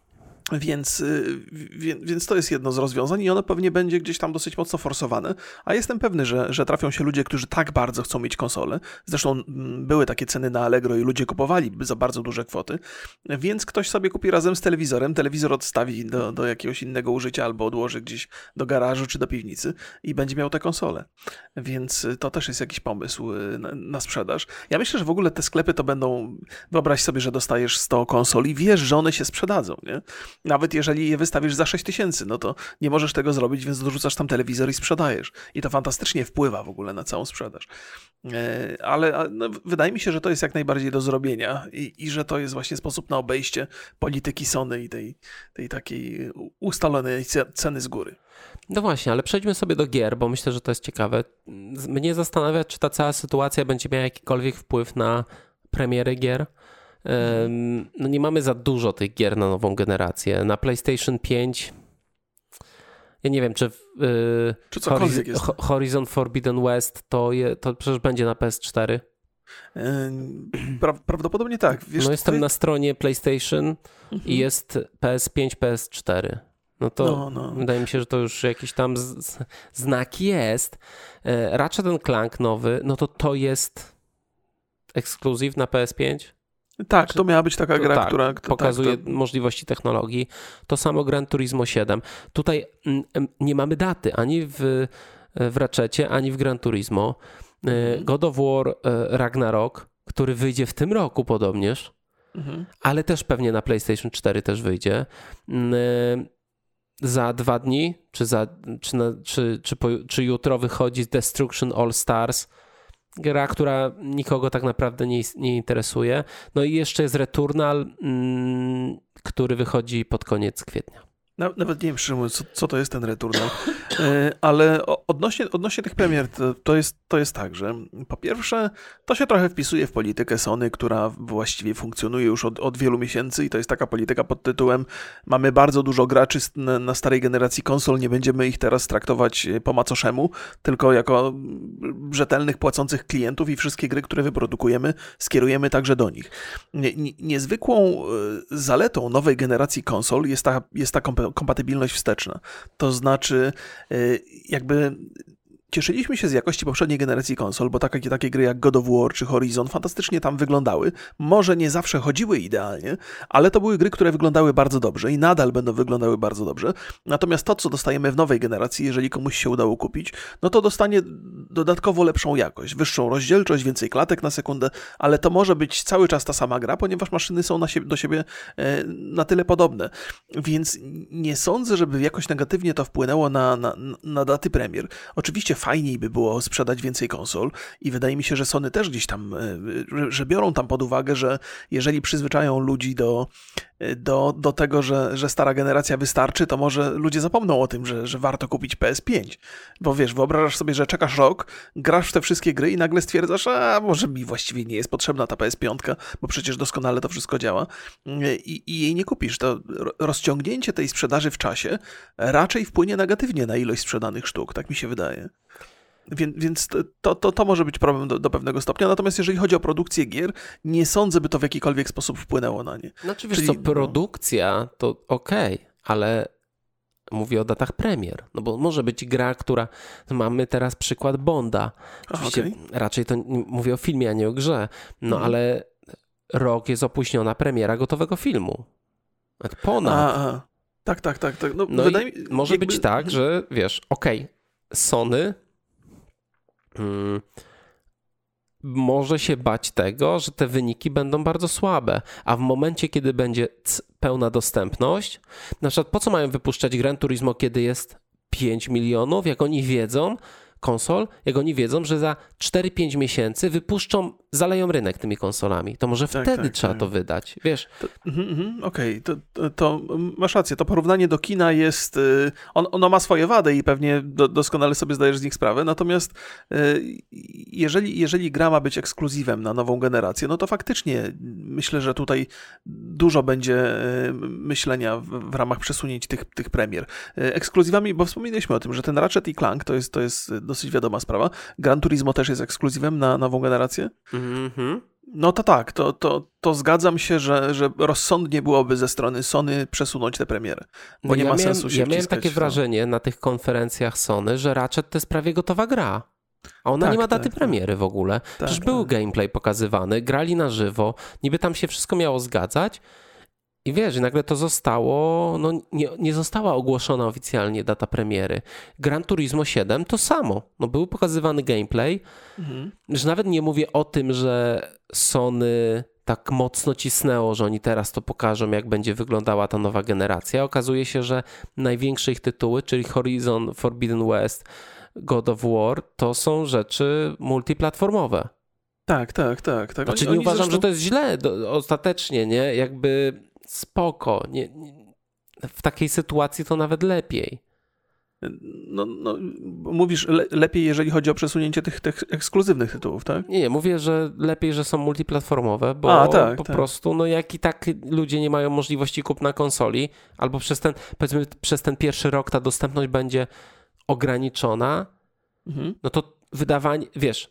Więc, więc to jest jedno z rozwiązań i ono pewnie będzie gdzieś tam dosyć mocno forsowane, a jestem pewny, że, że trafią się ludzie, którzy tak bardzo chcą mieć konsolę. Zresztą były takie ceny na Allegro i ludzie kupowali za bardzo duże kwoty, więc ktoś sobie kupi razem z telewizorem, telewizor odstawi do, do jakiegoś innego użycia albo odłoży gdzieś do garażu czy do piwnicy i będzie miał tę konsolę. Więc to też jest jakiś pomysł na, na sprzedaż. Ja myślę, że w ogóle te sklepy to będą, wyobraź sobie, że dostajesz sto konsol i wiesz, że one się sprzedadzą, nie? Nawet jeżeli je wystawisz za sześć tysięcy, no to nie możesz tego zrobić, więc dorzucasz tam telewizor i sprzedajesz. I to fantastycznie wpływa w ogóle na całą sprzedaż. Ale no, wydaje mi się, że to jest jak najbardziej do zrobienia i, i że to jest właśnie sposób na obejście polityki Sony i tej, tej takiej ustalonej ceny z góry. No właśnie, ale przejdźmy sobie do gier, bo myślę, że to jest ciekawe. Mnie zastanawia, czy ta cała sytuacja będzie miała jakikolwiek wpływ na premiery gier. No nie mamy za dużo tych gier na nową generację. Na PlayStation pięć ja nie wiem, czy, yy, czy cokolwiek jest. Horizon Forbidden West to, je, to przecież będzie na P S cztery. Pra- prawdopodobnie tak. Wiesz, no jestem ty... na stronie PlayStation mhm. i jest P S pięć, P S cztery. No to no, no. wydaje mi się, że to już jakiś tam z, z, znak jest. Ratchet and Clank nowy, no to to jest ekskluzyw na P S pięć? Tak, to miała być taka gra, tak, która... pokazuje tak, to... możliwości technologii. To samo Gran Turismo siedem. Tutaj nie mamy daty ani w, w Ratchetie, ani w Gran Turismo. Mhm. God of War Ragnarok, który wyjdzie w tym roku podobnież, mhm. ale też pewnie na PlayStation cztery też wyjdzie. Za dwa dni, czy, za, czy, na, czy, czy, po, czy jutro wychodzi Destruction All Stars, gra, która nikogo tak naprawdę nie, nie interesuje. No i jeszcze jest Returnal, mm, który wychodzi pod koniec kwietnia. Nawet nie wiem, szczerze mówiąc, co, co to jest ten Returnal, ale odnośnie, odnośnie tych premier to, to, jest, to jest tak, że po pierwsze to się trochę wpisuje w politykę Sony, która właściwie funkcjonuje już od, od wielu miesięcy i to jest taka polityka pod tytułem mamy bardzo dużo graczy na, na starej generacji konsol, nie będziemy ich teraz traktować po macoszemu, tylko jako rzetelnych, płacących klientów i wszystkie gry, które wyprodukujemy, skierujemy także do nich. Nie, nie, niezwykłą zaletą nowej generacji konsol jest ta, jest ta kompetencja kompatybilność wsteczna. To znaczy jakby cieszyliśmy się z jakości poprzedniej generacji konsol, bo takie, takie gry jak God of War czy Horizon fantastycznie tam wyglądały. Może nie zawsze chodziły idealnie, ale to były gry, które wyglądały bardzo dobrze i nadal będą wyglądały bardzo dobrze. Natomiast to, co dostajemy w nowej generacji, jeżeli komuś się udało kupić, no to dostanie dodatkowo lepszą jakość, wyższą rozdzielczość, więcej klatek na sekundę, ale to może być cały czas ta sama gra, ponieważ maszyny są na siebie, do siebie e, na tyle podobne. Więc nie sądzę, żeby jakoś negatywnie to wpłynęło na, na, na daty premier. Oczywiście fajniej by było sprzedać więcej konsol i wydaje mi się, że Sony też gdzieś tam, że biorą tam pod uwagę, że jeżeli przyzwyczają ludzi do, do, do tego, że, że stara generacja wystarczy, to może ludzie zapomną o tym, że, że warto kupić P S pięć. Bo wiesz, wyobrażasz sobie, że czekasz rok, grasz w te wszystkie gry i nagle stwierdzasz, a może mi właściwie nie jest potrzebna ta P S pięć, bo przecież doskonale to wszystko działa i, i jej nie kupisz. To rozciągnięcie tej sprzedaży w czasie raczej wpłynie negatywnie na ilość sprzedanych sztuk, tak mi się wydaje. Więc, więc to, to, to może być problem do, do pewnego stopnia. Natomiast jeżeli chodzi o produkcję gier, nie sądzę, by to w jakikolwiek sposób wpłynęło na nie. Znaczy wiesz Czyli, co, produkcja to okej, okay, ale mówię o datach premier. No bo może być gra, która... Mamy teraz przykład Bonda. Oczywiście okay. raczej to mówię o filmie, a nie o grze. No mhm. ale rok jest opóźniona premiera gotowego filmu. Ponad. A, a. Tak, tak, tak. tak. No, no wydaje mi, może jakby... być tak, że wiesz, okej, okay, Sony Hmm. może się bać tego, że te wyniki będą bardzo słabe, a w momencie, kiedy będzie c- pełna dostępność, na przykład po co mają wypuszczać Gran Turismo, kiedy jest pięć milionów, jak oni wiedzą, konsol, jak oni wiedzą, że za cztery pięć miesięcy wypuszczą, zaleją rynek tymi konsolami. To może tak, wtedy tak, trzeba tak. to wydać, wiesz? Mm, mm, Okej, okay. to, to, to masz rację. To porównanie do kina jest, on, ono ma swoje wady i pewnie do, doskonale sobie zdajesz z nich sprawę, natomiast jeżeli, jeżeli gra ma być ekskluzywem na nową generację, no to faktycznie myślę, że tutaj dużo będzie myślenia w, w ramach przesunięć tych, tych premier. Ekskluzywami, bo wspominaliśmy o tym, że ten Ratchet i Clank to jest, to jest dosyć wiadoma sprawa. Gran Turismo też jest ekskluzywem na nową generację? Mhm. No to tak, to, to, to zgadzam się, że, że rozsądnie byłoby ze strony Sony przesunąć tę premierę, bo no nie ja ma miałem, sensu się Ja miałem takie w... wrażenie na tych konferencjach Sony, że Ratchet to jest prawie gotowa gra. A ona tak, nie ma daty tak, premiery tak. w ogóle. Tak, Przecież tak. był gameplay pokazywany, grali na żywo, niby tam się wszystko miało zgadzać i wiesz, nagle to zostało, no nie, nie została ogłoszona oficjalnie data premiery. Gran Turismo siedem to samo. No był pokazywany gameplay, mhm. że nawet nie mówię o tym, że Sony tak mocno cisnęło, że oni teraz to pokażą, jak będzie wyglądała ta nowa generacja. Okazuje się, że największe ich tytuły, czyli Horizon Forbidden West, God of War, to są rzeczy multiplatformowe. Tak, tak, tak. tak. Znaczy oni, nie uważam, zresztą... że to jest źle do, ostatecznie, nie? Jakby spoko. Nie, nie, w takiej sytuacji to nawet lepiej. No, no, mówisz le, lepiej, jeżeli chodzi o przesunięcie tych, tych ekskluzywnych tytułów, tak? Nie, nie, mówię, że lepiej, że są multiplatformowe, bo A, tak, po tak. prostu, no jak i tak ludzie nie mają możliwości kupna konsoli, albo przez ten, powiedzmy, przez ten pierwszy rok ta dostępność będzie ograniczona, mhm. no to wydawanie, wiesz,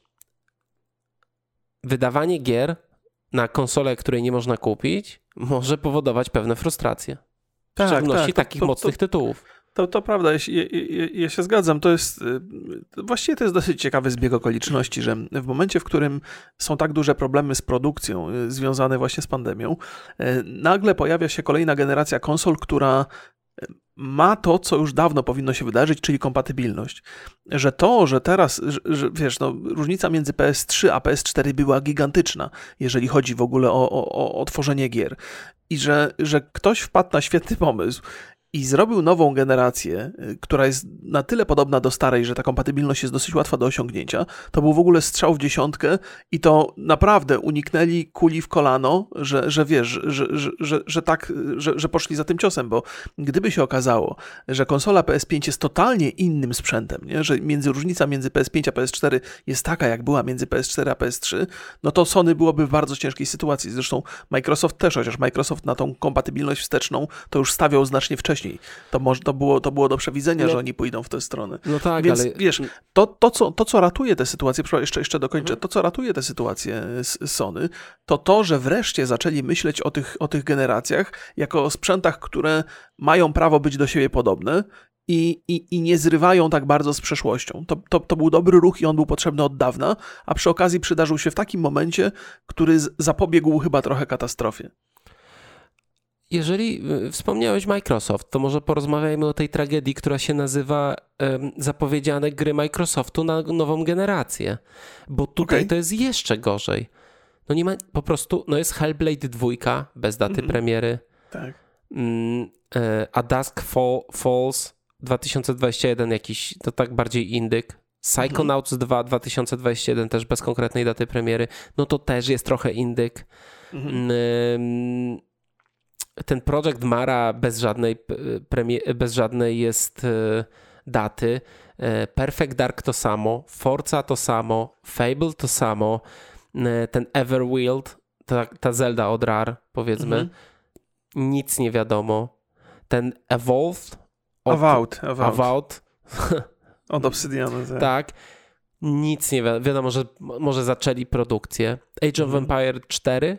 wydawanie gier na konsolę, której nie można kupić, może powodować pewne frustracje. W tak, szczególności tak, takich to, to, mocnych to... tytułów. To, to prawda, ja, ja, ja się zgadzam. To jest, właściwie to jest dosyć ciekawy zbieg okoliczności, że w momencie, w którym są tak duże problemy z produkcją związane właśnie z pandemią, nagle pojawia się kolejna generacja konsol, która ma to, co już dawno powinno się wydarzyć, czyli kompatybilność. Że to, że teraz, że, że wiesz, no, różnica między P S trzy a P S cztery była gigantyczna, jeżeli chodzi w ogóle o, o, o tworzenie gier. I że, że ktoś wpadł na świetny pomysł i zrobił nową generację, która jest na tyle podobna do starej, że ta kompatybilność jest dosyć łatwa do osiągnięcia, to był w ogóle strzał w dziesiątkę i to naprawdę uniknęli kuli w kolano, że, że wiesz, że, że, że, że tak, że, że poszli za tym ciosem, bo gdyby się okazało, że konsola P S pięć jest totalnie innym sprzętem, nie? Że między, różnica między P S pięć a P S cztery jest taka, jak była między P S cztery a P S trzy, no to Sony byłoby w bardzo ciężkiej sytuacji. Zresztą Microsoft też, chociaż Microsoft na tą kompatybilność wsteczną to już stawiał znacznie wcześniej. To, może, to, było, to było do przewidzenia, no, że oni pójdą w tę stronę. No tak, Więc ale... wiesz, to, to, co, to co ratuje tę sytuację, jeszcze, jeszcze dokończę, to co ratuje tę sytuację z Sony, to to, że wreszcie zaczęli myśleć o tych, o tych generacjach jako o sprzętach, które mają prawo być do siebie podobne i, i, i nie zrywają tak bardzo z przeszłością. To, to, to był dobry ruch i on był potrzebny od dawna, a przy okazji przydarzył się w takim momencie, który zapobiegł chyba trochę katastrofie. Jeżeli wspomniałeś Microsoft, to może porozmawiajmy o tej tragedii, która się nazywa um, zapowiedziane gry Microsoftu na nową generację. Bo tutaj okay. to jest jeszcze gorzej. No nie ma, po prostu, no jest Hellblade dwa bez daty mm-hmm. premiery. Tak. Mm, e, a Dusk Fall, Falls dwa tysiące dwudziesty jeden jakiś, to tak bardziej indyk. Psychonauts mm-hmm. dwa dwa tysiące dwudziesty jeden też bez konkretnej daty premiery. No to też jest trochę indyk. Mm-hmm. Mm, ten Project Mara bez żadnej, premie- bez żadnej jest e, daty. E, Perfect Dark to samo, Forza to samo, Fable to samo, e, ten Everwild, ta, ta Zelda od Rare, powiedzmy, mm-hmm. nic nie wiadomo. Ten Evolved, od, Avowed, Avowed. Avowed. Od Obsidianu. Tak. tak. Nic nie wiadomo. Wiadomo, że może zaczęli produkcję. Age of mm-hmm. Empire cztery.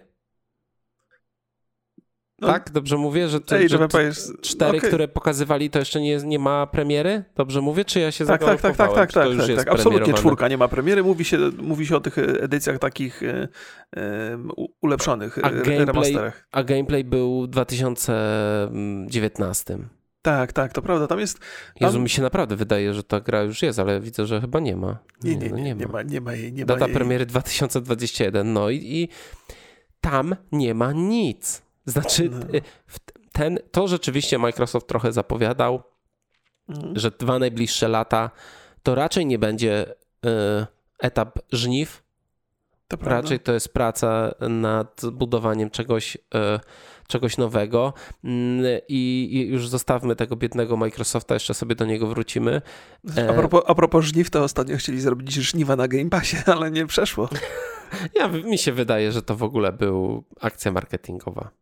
No, tak? Dobrze mówię, że, to, że cztery, okay. które pokazywali, to jeszcze nie, nie ma premiery? Dobrze mówię, czy ja się tak, tak, tak, tak, tak, to tak, już tak, jest tak. Absolutnie czwórka nie ma premiery. Mówi się, mówi się o tych edycjach takich e, e, ulepszonych, a gameplay, remasterach. A gameplay był w dwa tysiące dziewiętnastym. Tak, tak, to prawda. Tam jest... Tam... Jezu, mi się naprawdę wydaje, że ta gra już jest, ale widzę, że chyba nie ma. Nie, nie, nie, nie, nie ma. Nie ma jej, nie Data ma jej. premiery dwa tysiące dwudziesty jeden. No i, i tam nie ma nic. Znaczy, no. ten, to rzeczywiście Microsoft trochę zapowiadał, mhm. że dwa najbliższe lata to raczej nie będzie y, etap żniw, to raczej to jest praca nad budowaniem czegoś, y, czegoś nowego I, i już zostawmy tego biednego Microsofta, jeszcze sobie do niego wrócimy. A propos, a propos żniw, to ostatnio chcieli zrobić żniwa na Game Passie, ale nie przeszło. Ja, mi się wydaje, że to w ogóle był akcja marketingowa.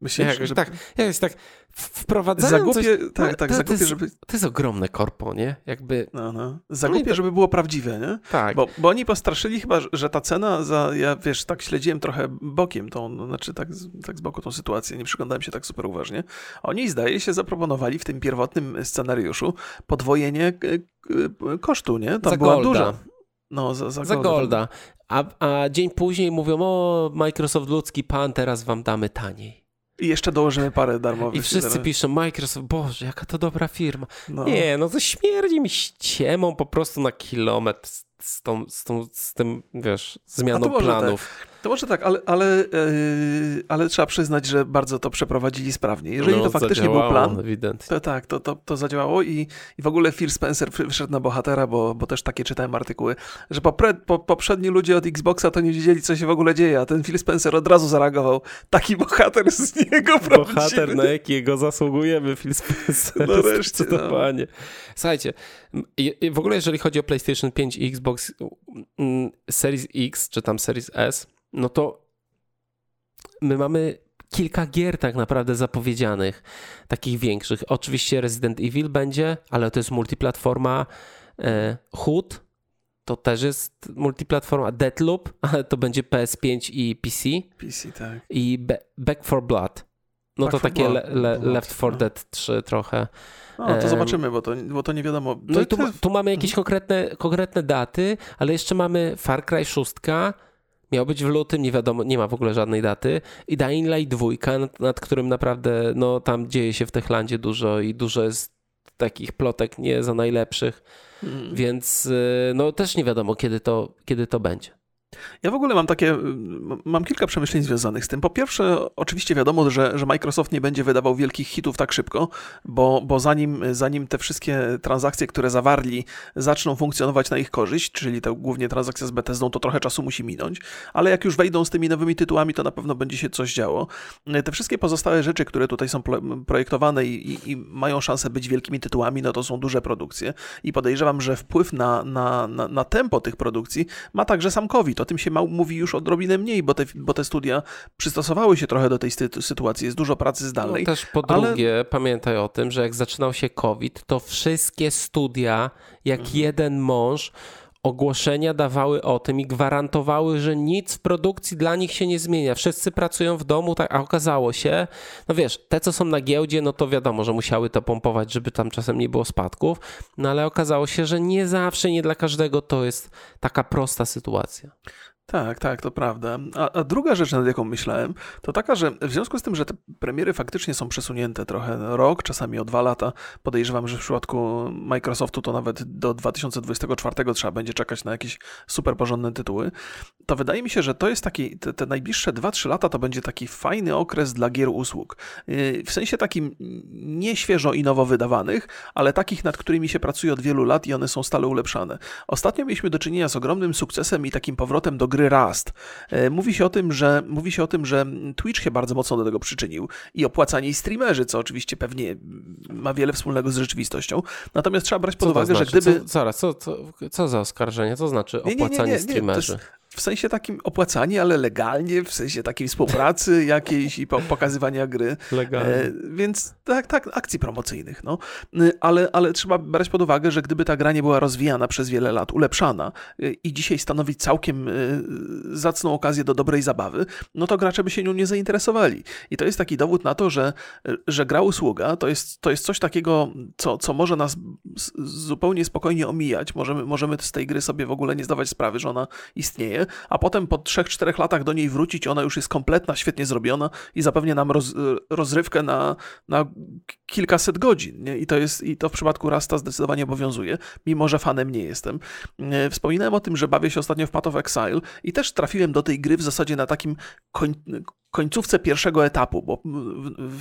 Myślisz, jakoś, że... tak, jakoś tak wprowadzają Zagłupie, coś... tak, no, tak, to, zagłupie, to jest, żeby... To jest ogromne korpo, nie? Jakby... No, no. Zagłupie, no to... żeby było prawdziwe, nie? Tak. Bo, bo oni postraszyli chyba, że ta cena za... Ja, wiesz, tak śledziłem trochę bokiem tą, no, znaczy tak, tak z boku tą sytuację, nie przyglądałem się tak super uważnie. Oni, zdaje się, zaproponowali w tym pierwotnym scenariuszu podwojenie kosztu, nie? Tam za była golda. duża. No, za, za, za golda. golda. A, a dzień później mówią, o, Microsoft ludzki pan, teraz wam damy taniej. I jeszcze dołożymy parę darmowych. I wszyscy teraz. piszą, Microsoft, Boże, jaka to dobra firma. No. Nie, no to śmierdzi mi ściemą po prostu na kilometr z, z, tą, z, tą, z tym, wiesz, zmianą planów. Tak. To może tak, ale, ale, yy, ale trzeba przyznać, że bardzo to przeprowadzili sprawnie. Jeżeli no, to faktycznie był plan, ewidentnie. to tak, to, to, to zadziałało i, i w ogóle Phil Spencer wyszedł na bohatera, bo, bo też takie czytałem artykuły, że popre, po, poprzedni ludzie od Xboxa to nie wiedzieli, co się w ogóle dzieje, a ten Phil Spencer od razu zareagował. Taki bohater z niego prawdziwy. Bohater, na jakiego zasługujemy, Phil Spencer. No wreszcie, zdecydowanie. No. Słuchajcie, w ogóle jeżeli chodzi o PlayStation pięć i Xbox Series X, czy tam Series S, no to my mamy kilka gier tak naprawdę zapowiedzianych, takich większych. Oczywiście Resident Evil będzie, ale to jest multiplatforma. E, Hood to też jest multiplatforma. Deathloop, ale to będzie P S pięć i P C. P C, tak. I Be- Back for Blood. No Back to takie Blood, le- le- Blood, Left four no. Dead trzy trochę. No, to zobaczymy, bo to, bo to nie wiadomo. To, no i tu, to... tu mamy jakieś konkretne, konkretne daty, ale jeszcze mamy Far Cry sześć, miał być w lutym, nie wiadomo, nie ma w ogóle żadnej daty. I Dying Light dwa, nad, nad którym naprawdę, no tam dzieje się w Techlandzie dużo i dużo jest takich plotek nie za najlepszych, hmm. więc no też nie wiadomo, kiedy to, kiedy to będzie. Ja w ogóle mam takie, mam kilka przemyśleń związanych z tym. Po pierwsze, oczywiście wiadomo, że, że Microsoft nie będzie wydawał wielkich hitów tak szybko, bo, bo zanim, zanim te wszystkie transakcje, które zawarli, zaczną funkcjonować na ich korzyść, czyli to głównie transakcja z Bethesdą, to trochę czasu musi minąć, ale jak już wejdą z tymi nowymi tytułami, to na pewno będzie się coś działo. Te wszystkie pozostałe rzeczy, które tutaj są projektowane i, i, i mają szansę być wielkimi tytułami, no to są duże produkcje i podejrzewam, że wpływ na, na, na, na tempo tych produkcji ma także sam COVID. O tym się ma, mówi już odrobinę mniej, bo te, bo te studia przystosowały się trochę do tej sy- sytuacji. Jest dużo pracy zdalnej. No też po ale... drugie, pamiętaj o tym, że jak zaczynał się COVID, to wszystkie studia, jak mhm. jeden mąż, ogłoszenia dawały o tym i gwarantowały, że nic w produkcji dla nich się nie zmienia. Wszyscy pracują w domu, tak, a okazało się, no wiesz, te co są na giełdzie, no to wiadomo, że musiały to pompować, żeby tam czasem nie było spadków, no ale okazało się, że nie zawsze, nie dla każdego to jest taka prosta sytuacja. Tak, tak, to prawda. A, a druga rzecz, nad jaką myślałem, to taka, że w związku z tym, że te premiery faktycznie są przesunięte trochę rok, czasami o dwa lata, podejrzewam, że w przypadku Microsoftu to nawet do dwa tysiące dwudziestego czwartego trzeba będzie czekać na jakieś super porządne tytuły, to wydaje mi się, że to jest taki, te, te najbliższe dwa trzy lata to będzie taki fajny okres dla gier usług. W sensie takim nie świeżo i nowo wydawanych, ale takich, nad którymi się pracuje od wielu lat i one są stale ulepszane. Ostatnio mieliśmy do czynienia z ogromnym sukcesem i takim powrotem do gry Rust. Mówi się o tym, że mówi się o tym, że Twitch się bardzo mocno do tego przyczynił i opłacani streamerzy, co oczywiście pewnie ma wiele wspólnego z rzeczywistością. Natomiast trzeba brać pod co uwagę, znaczy? że gdyby... Co, zaraz, co, co, co za oskarżenie? Co znaczy opłacani nie, nie, nie, nie, streamerzy? W sensie takim opłacani, ale legalnie, w sensie takiej współpracy jakiejś i pokazywania gry. Legalnie. E, więc tak, tak, akcji promocyjnych. No. Ale, ale trzeba brać pod uwagę, że gdyby ta gra nie była rozwijana przez wiele lat, ulepszana e, i dzisiaj stanowi całkiem e, zacną okazję do dobrej zabawy, no to gracze by się nią nie zainteresowali. I to jest taki dowód na to, że, że gra usługa to jest, to jest coś takiego, co, co może nas zupełnie spokojnie omijać. Możemy, możemy z tej gry sobie w ogóle nie zdawać sprawy, że ona istnieje, a potem po trzech czterech latach do niej wrócić, ona już jest kompletna, świetnie zrobiona i zapewnia nam roz, rozrywkę na, na kilkaset godzin. Nie? I, to jest, I to w przypadku Rusta zdecydowanie obowiązuje, mimo że fanem nie jestem. Wspominałem o tym, że bawię się ostatnio w Path of Exile i też trafiłem do tej gry w zasadzie na takim koń, końcówce pierwszego etapu, bo w, w,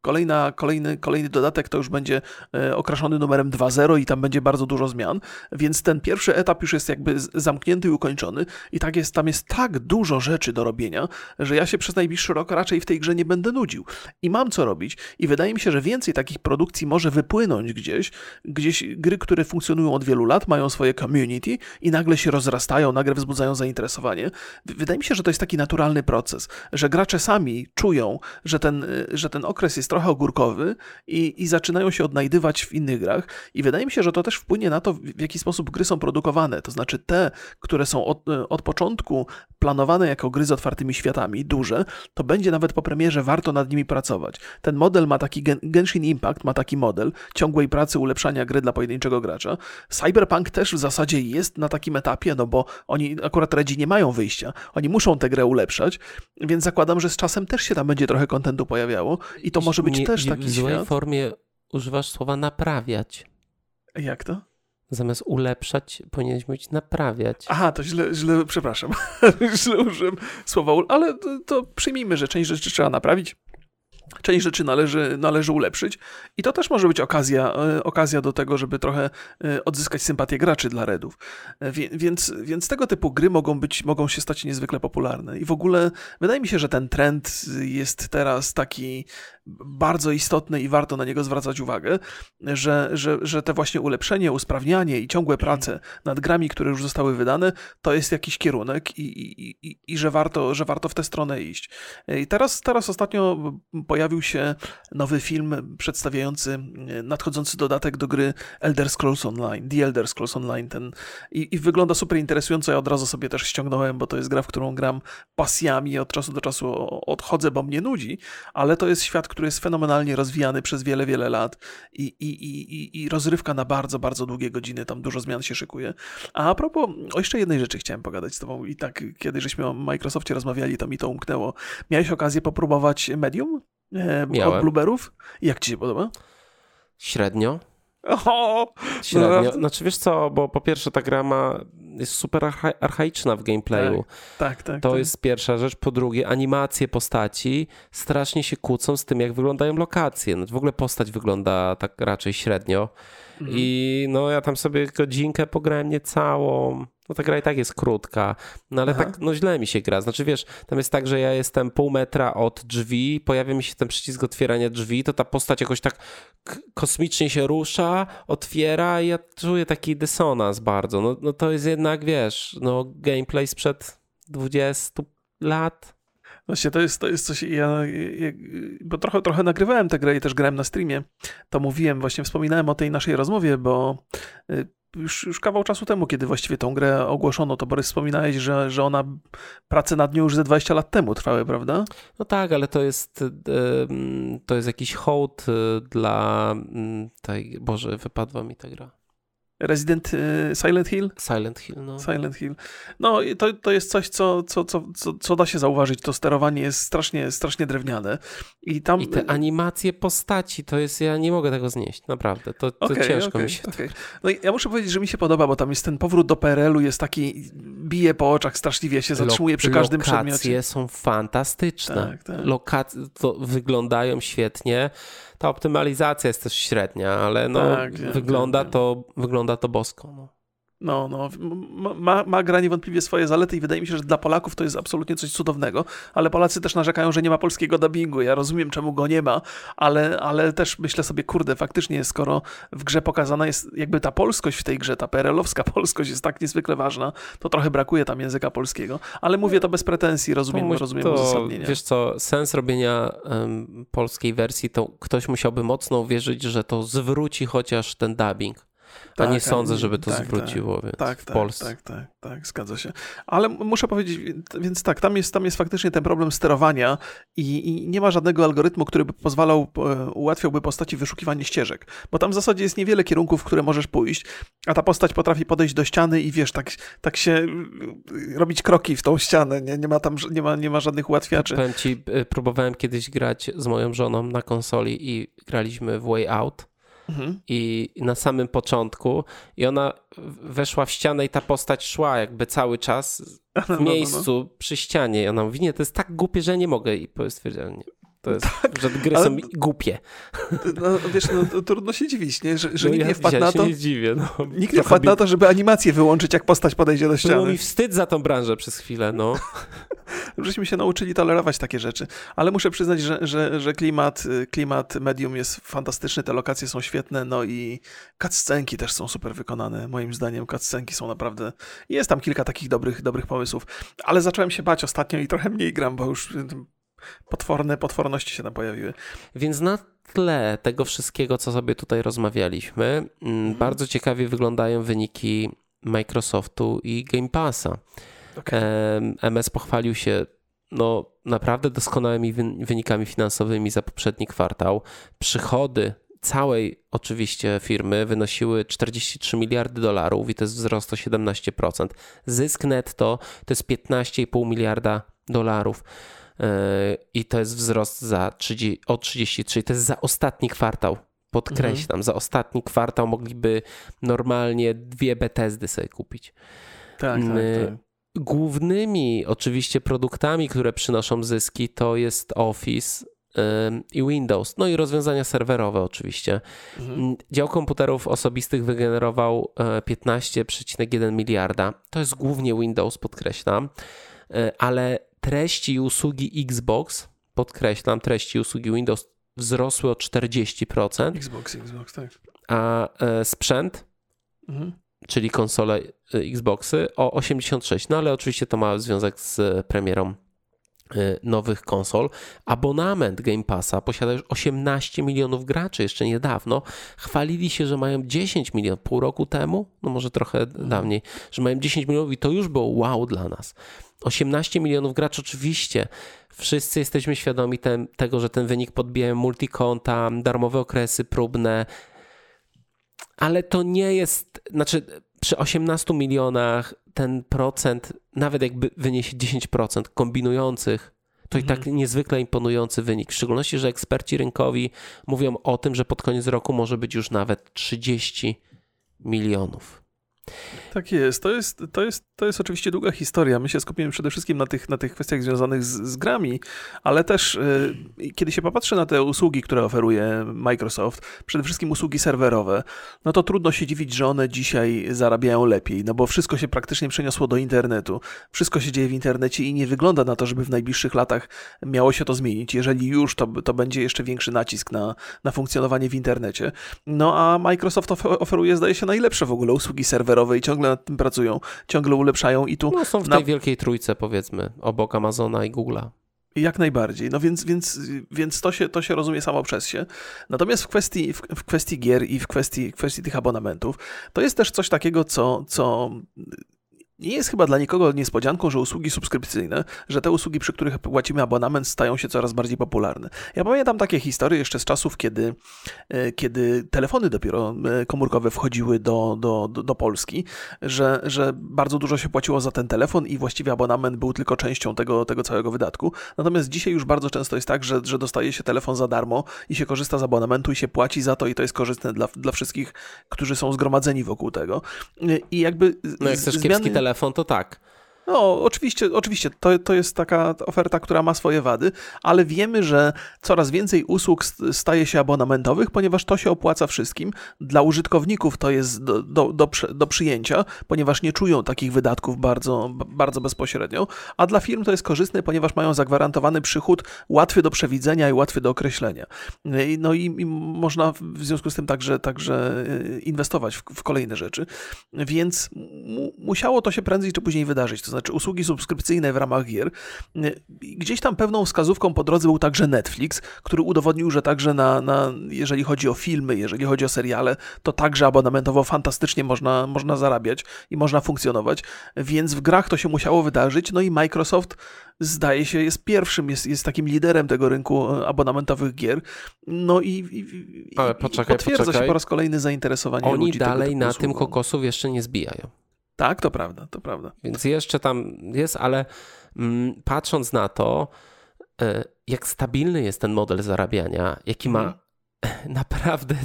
Kolejna, kolejny, kolejny dodatek to już będzie okraszony numerem dwa zero i tam będzie bardzo dużo zmian, więc ten pierwszy etap już jest jakby zamknięty i ukończony i tak jest, tam jest tak dużo rzeczy do robienia, że ja się przez najbliższy rok raczej w tej grze nie będę nudził. I mam co robić i wydaje mi się, że więcej takich produkcji może wypłynąć gdzieś, gdzieś gry, które funkcjonują od wielu lat, mają swoje community i nagle się rozrastają, nagle wzbudzają zainteresowanie. Wydaje mi się, że to jest taki naturalny proces, że gracze sami czują, że ten, że ten okres jest trochę ogórkowy i, i zaczynają się odnajdywać w innych grach i wydaje mi się, że to też wpłynie na to, w jaki sposób gry są produkowane, to znaczy te, które są od, od początku planowane jako gry z otwartymi światami, duże, to będzie nawet po premierze warto nad nimi pracować. Ten model ma taki, Genshin Impact ma taki model ciągłej pracy, ulepszania gry dla pojedynczego gracza. Cyberpunk też w zasadzie jest na takim etapie, no bo oni akurat Redzi nie mają wyjścia, oni muszą tę grę ulepszać, więc zakładam, że z czasem też się tam będzie trochę kontentu pojawiało i to może być nie, też taki w złej świat. formie używasz słowa naprawiać. Jak to? Zamiast ulepszać, powinieneś mówić naprawiać. Aha, to źle, źle przepraszam. źle użyłem słowa, ale to, to przyjmijmy, że część rzeczy trzeba naprawić. Część rzeczy należy, należy ulepszyć i to też może być okazja, okazja do tego, żeby trochę odzyskać sympatię graczy dla Redów. Więc, więc tego typu gry mogą być, mogą się stać niezwykle popularne. I w ogóle wydaje mi się, że ten trend jest teraz taki bardzo istotny i warto na niego zwracać uwagę, że, że, że te właśnie ulepszenie, usprawnianie i ciągłe prace nad grami, które już zostały wydane, to jest jakiś kierunek i, i, i, i że, warto, że warto w tę stronę iść. I teraz, teraz ostatnio pojawił się nowy film przedstawiający nadchodzący dodatek do gry Elder Scrolls Online, The Elder Scrolls Online. Ten, i, i wygląda super interesująco, ja od razu sobie też ściągnąłem, bo to jest gra, w którą gram pasjami, od czasu do czasu odchodzę, bo mnie nudzi, ale to jest świat, który jest fenomenalnie rozwijany przez wiele, wiele lat i, i, i, i rozrywka na bardzo, bardzo długie godziny, tam dużo zmian się szykuje. A a propos, o jeszcze jednej rzeczy chciałem pogadać z tobą i tak, kiedy żeśmy o Microsoftie rozmawiali, to mi to umknęło. Miałeś okazję popróbować Medium? E, od Blueberów? Jak ci się podoba? Średnio. Oho, Średnio. No, znaczy wiesz co, bo po pierwsze ta gra ma, jest super archa- archaiczna w gameplayu. Tak, tak, tak. To tak. jest pierwsza rzecz. Po drugie, animacje postaci strasznie się kłócą z tym, jak wyglądają lokacje. No, w ogóle postać wygląda tak raczej średnio. Mhm. I no ja tam sobie godzinkę pograłem niecałą. No ta gra i tak jest krótka, no ale Aha. tak no źle mi się gra. Znaczy wiesz, tam jest tak, że ja jestem pół metra od drzwi, pojawia mi się ten przycisk otwierania drzwi, to ta postać jakoś tak k- kosmicznie się rusza, otwiera i ja czuję taki dysonans bardzo. No, no to jest jednak, wiesz, no gameplay sprzed dwudziestu lat. Właśnie to jest, to jest coś, ja, ja bo trochę, trochę nagrywałem tę grę i też grałem na streamie, to mówiłem, właśnie wspominałem o tej naszej rozmowie, bo już, już kawał czasu temu, kiedy właściwie tą grę ogłoszono, to Borys wspominałeś, że, że ona, prace nad nią już ze dwadzieścia lat temu trwały, prawda? No tak, ale to jest, to jest jakiś hołd dla tej, Boże, wypadła mi ta gra. Resident Silent Hill? Silent Hill, no. Silent Hill. No to, to jest coś, co, co, co, co, co da się zauważyć. To sterowanie jest strasznie, strasznie drewniane. I, tam... I te animacje postaci, to jest, ja nie mogę tego znieść, naprawdę. To, to okay, ciężko okay, mi się... Okay. No i ja muszę powiedzieć, że mi się podoba, bo tam jest ten powrót do P R L u, jest taki, bije po oczach straszliwie, się zatrzymuje przy każdym Lokacje przedmiocie. Lokacje są fantastyczne. Tak, tak. Lokacje to wyglądają świetnie. Ta optymalizacja jest też średnia, ale no tak, wygląda, tak, tak. To, wygląda to bosko. No. No, no, ma, ma gra niewątpliwie swoje zalety i wydaje mi się, że dla Polaków to jest absolutnie coś cudownego, ale Polacy też narzekają, że nie ma polskiego dubbingu. Ja rozumiem, czemu go nie ma, ale, ale też myślę sobie, kurde, faktycznie skoro w grze pokazana jest jakby ta polskość w tej grze, ta P R L-owska polskość jest tak niezwykle ważna, to trochę brakuje tam języka polskiego, ale mówię to bez pretensji, rozumiem, to, rozumiem to, uzasadnienia. Wiesz co, sens robienia um, polskiej wersji, to ktoś musiałby mocno uwierzyć, że to zwróci chociaż ten dubbing. Tak, a nie sądzę, żeby to tak, zwróciło tak, więc tak, w tak, Polsce. Tak, tak, tak, zgadza się. Ale muszę powiedzieć, więc tak, tam jest, tam jest faktycznie ten problem sterowania i, i nie ma żadnego algorytmu, który by pozwalał, ułatwiałby postaci wyszukiwanie ścieżek, bo tam w zasadzie jest niewiele kierunków, w które możesz pójść, a ta postać potrafi podejść do ściany i wiesz, tak, tak się robić kroki w tą ścianę, nie, nie ma tam nie ma, nie ma żadnych ułatwiaczy. Powiem ci, próbowałem kiedyś grać z moją żoną na konsoli i graliśmy w Way Out. Mhm. I na samym początku i ona weszła w ścianę i ta postać szła jakby cały czas w miejscu no, no, no. przy ścianie i ona mówi, nie, to jest tak głupie, że nie mogę i stwierdziłem, nie. To jest, tak, że gry ale, są głupie. No wiesz, no, trudno się dziwić, nie? Że, że no nikt ja nie wpadł na to. Nie dziwię, no. Nikt nie wpadł na to, żeby animację wyłączyć, jak postać podejdzie do ściany. Było mi wstyd za tą branżę przez chwilę, no. Żeśmy się nauczyli tolerować takie rzeczy, ale muszę przyznać, że, że, że klimat, klimat medium jest fantastyczny, te lokacje są świetne, no i cutscenki też są super wykonane, moim zdaniem cutscenki są naprawdę, jest tam kilka takich dobrych, dobrych pomysłów, ale zacząłem się bać ostatnio i trochę mniej gram, bo już potworne potworności się tam pojawiły. Więc na tle tego wszystkiego, co sobie tutaj rozmawialiśmy, mhm. bardzo ciekawie wyglądają wyniki Microsoftu i Game Passa. Okay. M S pochwalił się no, naprawdę doskonałymi wynikami finansowymi za poprzedni kwartał. Przychody całej oczywiście firmy wynosiły czterdzieści trzy miliardy dolarów i to jest wzrost o siedemnaście procent. Zysk netto to jest piętnaście i pół miliarda dolarów i to jest wzrost za trzydzieści, o trzydzieści trzy. To jest za ostatni kwartał. Podkreślam, mhm. za ostatni kwartał mogliby normalnie dwie Bethesdy sobie kupić. Tak, tak, tak. Głównymi oczywiście produktami, które przynoszą zyski, to jest Office ym, i Windows, no i rozwiązania serwerowe oczywiście. Mhm. Dział komputerów osobistych wygenerował piętnaście przecinek jeden miliarda. To jest głównie Windows, podkreślam, y, ale treści i usługi Xbox, podkreślam, treści i usługi Windows wzrosły o czterdzieści procent. Xbox, Xbox, tak. A y, sprzęt mhm. czyli konsole Xboxy o osiemdziesiąt sześć, no ale oczywiście to ma związek z premierą nowych konsol. Abonament Game Passa posiada już osiemnaście milionów graczy jeszcze niedawno. Chwalili się, że mają dziesięć milionów pół roku temu, no może trochę hmm. dawniej, że mają dziesięć milionów i to już było wow dla nas. osiemnaście milionów graczy oczywiście. Wszyscy jesteśmy świadomi tem, tego, że ten wynik podbija multikonta, darmowe okresy próbne, ale to nie jest, znaczy przy osiemnastu milionach ten procent, nawet jakby wyniesie dziesięć procent kombinujących, to mhm. i tak niezwykle imponujący wynik. W szczególności, że eksperci rynkowi mówią o tym, że pod koniec roku może być już nawet trzydzieści milionów. Tak jest. To jest, to jest, to jest oczywiście długa historia. My się skupimy przede wszystkim na tych, na tych kwestiach związanych z, z grami, ale też yy, kiedy się popatrzy na te usługi, które oferuje Microsoft, przede wszystkim usługi serwerowe, no to trudno się dziwić, że one dzisiaj zarabiają lepiej, no bo wszystko się praktycznie przeniosło do internetu. Wszystko się dzieje w internecie i nie wygląda na to, żeby w najbliższych latach miało się to zmienić. Jeżeli już, to, to będzie jeszcze większy nacisk na, na funkcjonowanie w internecie. No a Microsoft oferuje, zdaje się, najlepsze w ogóle usługi serwerowe i ciągle nad tym pracują, ciągle ulepszają i tu... No są w tej na... wielkiej trójce, powiedzmy, obok Amazona i Google'a. Jak najbardziej, no więc, więc, więc to, się, to się rozumie samo przez się. Natomiast w kwestii, w, w kwestii gier i w kwestii, w kwestii tych abonamentów, to jest też coś takiego, co... co nie jest chyba dla nikogo niespodzianką, że usługi subskrypcyjne, że te usługi, przy których płacimy abonament, stają się coraz bardziej popularne. Ja pamiętam takie historie jeszcze z czasów, kiedy, kiedy telefony dopiero komórkowe wchodziły do, do, do, do Polski, że, że bardzo dużo się płaciło za ten telefon i właściwie abonament był tylko częścią tego, tego całego wydatku. Natomiast dzisiaj już bardzo często jest tak, że, że dostaje się telefon za darmo i się korzysta z abonamentu i się płaci za to i to jest korzystne dla, dla wszystkich, którzy są zgromadzeni wokół tego. I jakby no jak chcesz zmiany... kiepski telefon, to tak. No, oczywiście, oczywiście to, to jest taka oferta, która ma swoje wady, ale wiemy, że coraz więcej usług staje się abonamentowych, ponieważ to się opłaca wszystkim. Dla użytkowników to jest do, do, do, do przyjęcia, ponieważ nie czują takich wydatków bardzo, bardzo bezpośrednio, a dla firm to jest korzystne, ponieważ mają zagwarantowany przychód łatwy do przewidzenia i łatwy do określenia. No i, i można w związku z tym także, także inwestować w, w kolejne rzeczy. Więc mu, musiało to się prędzej czy później wydarzyć. To znaczy usługi subskrypcyjne w ramach gier. Gdzieś tam pewną wskazówką po drodze był także Netflix, który udowodnił, że także na, na, jeżeli chodzi o filmy, jeżeli chodzi o seriale, to także abonamentowo fantastycznie można, można zarabiać i można funkcjonować, więc w grach to się musiało wydarzyć, no i Microsoft zdaje się jest pierwszym, jest, jest takim liderem tego rynku abonamentowych gier, no i, i, Ale poczekaj, i potwierdza poczekaj. się po raz kolejny zainteresowanie Oni ludzi dalej tego, tego na usługą. tym kokosów jeszcze nie zbijają. Tak, to prawda, to prawda. Więc jeszcze tam jest, ale mm, patrząc na to, y, jak stabilny jest ten model zarabiania, jaki ma hmm. naprawdę,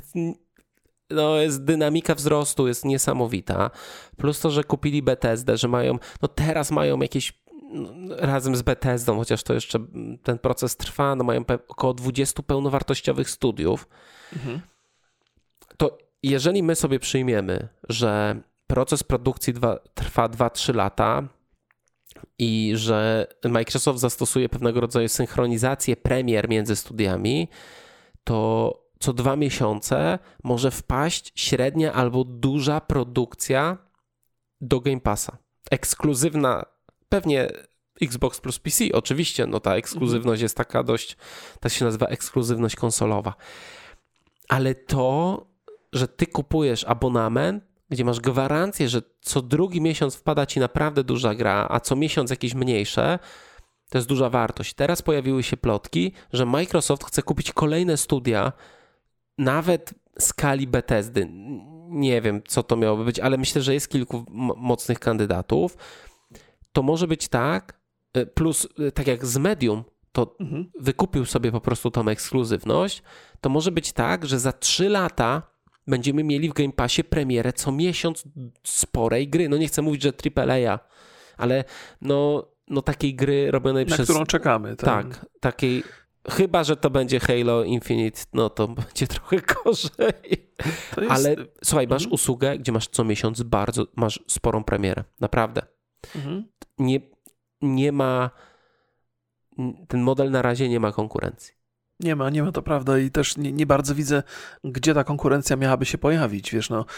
no jest dynamika wzrostu, jest niesamowita. Plus to, że kupili Bethesdę, że mają, no teraz mają jakieś razem z Bethesdą, chociaż to jeszcze ten proces trwa, no mają pe- około dwudziestu pełnowartościowych studiów, mhm. to jeżeli my sobie przyjmiemy, że proces produkcji dwa, trwa dwa trzy lata i że Microsoft zastosuje pewnego rodzaju synchronizację premier między studiami, to co dwa miesiące może wpaść średnia albo duża produkcja do Game Passa. Ekskluzywna, pewnie Xbox plus P C, oczywiście, no ta ekskluzywność jest taka dość, tak się nazywa ekskluzywność konsolowa. Ale to, że ty kupujesz abonament, gdzie masz gwarancję, że co drugi miesiąc wpada ci naprawdę duża gra, a co miesiąc jakieś mniejsze, to jest duża wartość. Teraz pojawiły się plotki, że Microsoft chce kupić kolejne studia, nawet skali Bethesdy. Nie wiem, co to miałoby być, ale myślę, że jest kilku mocnych kandydatów. To może być tak, plus tak jak z Medium, to mhm. wykupił sobie po prostu tą ekskluzywność, to może być tak, że za trzy lata będziemy mieli w Game Passie premierę co miesiąc sporej gry. No nie chcę mówić, że triple A, ale no, no takiej gry robionej na przez... Na którą czekamy. Tak, tak takiej... Chyba że to będzie Halo Infinite, no to będzie trochę gorzej. Jest... Ale słuchaj, masz mhm. usługę, gdzie masz co miesiąc bardzo, masz sporą premierę. Naprawdę. Mhm. Nie, nie ma... Ten model na razie nie ma konkurencji. Nie ma, nie ma, to prawda i też nie, nie bardzo widzę, gdzie ta konkurencja miałaby się pojawić, wiesz, no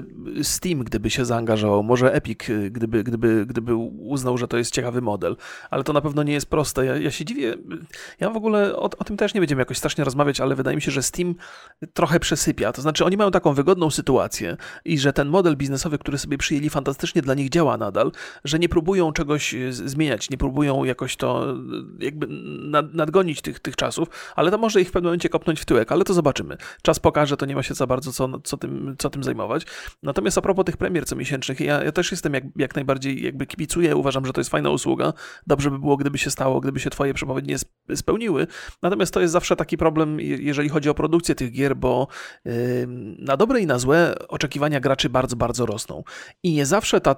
Steam gdyby się zaangażował, może Epic gdyby, gdyby, gdyby uznał, że to jest ciekawy model, ale to na pewno nie jest proste, ja, ja się dziwię, ja w ogóle o, o tym też nie będziemy jakoś strasznie rozmawiać, ale wydaje mi się, że Steam trochę przesypia, to znaczy oni mają taką wygodną sytuację i że ten model biznesowy, który sobie przyjęli, fantastycznie dla nich działa nadal, że nie próbują czegoś zmieniać, nie próbują jakoś to jakby nad, nadgonić tych, tych czasów, ale to może ich w pewnym momencie kopnąć w tyłek, ale to zobaczymy. Czas pokaże, to nie ma się za bardzo co, co, tym, co tym zajmować. Natomiast a propos tych premier comiesięcznych, ja, ja też jestem jak, jak najbardziej jakby kibicuję, uważam, że to jest fajna usługa. Dobrze by było, gdyby się stało, gdyby się twoje przepowiednie spełniły. Natomiast to jest zawsze taki problem, jeżeli chodzi o produkcję tych gier, bo yy, na dobre i na złe oczekiwania graczy bardzo, bardzo rosną. I nie zawsze, ta,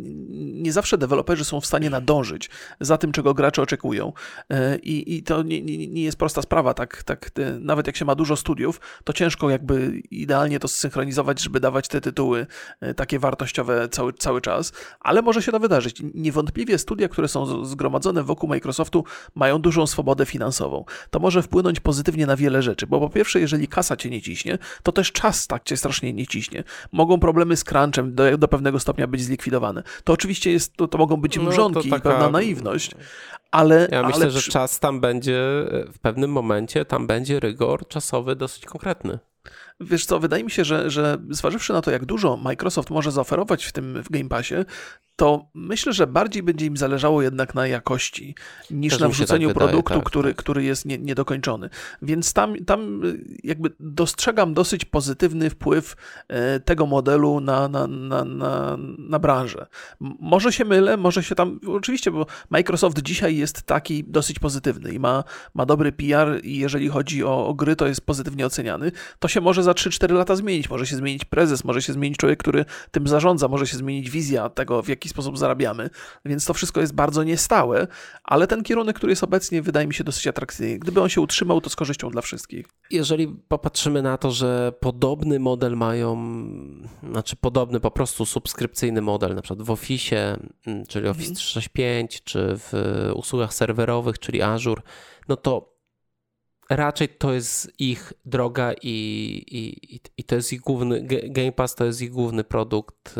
nie zawsze deweloperzy są w stanie nadążyć za tym, czego gracze oczekują. Yy, i to nie, nie, nie jest prosta sprawa, tak, tak te, nawet jak się ma dużo studiów, to ciężko jakby idealnie to zsynchronizować, żeby dawać te tytuły takie wartościowe cały, cały czas, ale może się to wydarzyć. Niewątpliwie studia, które są zgromadzone wokół Microsoftu, mają dużą swobodę finansową. To może wpłynąć pozytywnie na wiele rzeczy, bo po pierwsze, jeżeli kasa cię nie ciśnie, to też czas tak cię strasznie nie ciśnie. Mogą problemy z crunchem do, do pewnego stopnia być zlikwidowane. To oczywiście jest, to, to mogą być mrzonki no, taka... i pewna naiwność, ale... Ja ale myślę, przy... że czas tam będzie, w pewnym momencie tam będzie rygor czasowy dosyć konkretny. Wiesz co, wydaje mi się, że, że zważywszy na to, jak dużo Microsoft może zaoferować w tym w Game Passie, to myślę, że bardziej będzie im zależało jednak na jakości niż Też na wrzuceniu tak wydaje, produktu, tak, który, tak. który jest nie, niedokończony. Więc tam, tam jakby dostrzegam dosyć pozytywny wpływ tego modelu na, na, na, na, na branżę. Może się mylę, może się tam... Oczywiście, bo Microsoft dzisiaj jest taki dosyć pozytywny i ma, ma dobry P R i jeżeli chodzi o, o gry, to jest pozytywnie oceniany. To się może za trzy cztery lata zmienić. Może się zmienić prezes, może się zmienić człowiek, który tym zarządza, może się zmienić wizja tego, w jaki sposób zarabiamy, więc to wszystko jest bardzo niestałe, ale ten kierunek, który jest obecnie, wydaje mi się dosyć atrakcyjny. Gdyby on się utrzymał, to z korzyścią dla wszystkich. Jeżeli popatrzymy na to, że podobny model mają, znaczy podobny po prostu subskrypcyjny model, na przykład w Office, czyli Office trzysta sześćdziesiąt pięć, czy w usługach serwerowych, czyli Azure, no to raczej to jest ich droga i, i, i to jest ich główny, Game Pass to jest ich główny produkt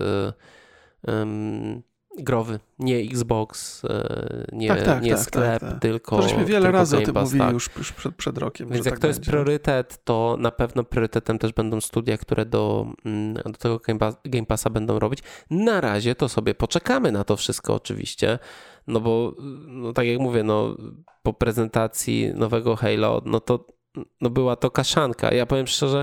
um, growy, nie Xbox, nie, tak, tak, nie tak, sklep, tak, tak. tylko To żeśmy wiele tylko razy Game o tym Pass, mówili tak. już, już przed, przed rokiem. Więc że jak tak to będzie. jest priorytet, to na pewno priorytetem też będą studia, które do, do tego Game, Pass, Game Passa będą robić. Na razie to sobie poczekamy na to wszystko oczywiście, no bo no tak jak mówię, no po prezentacji nowego Halo, no to no była to kaszanka. Ja powiem szczerze,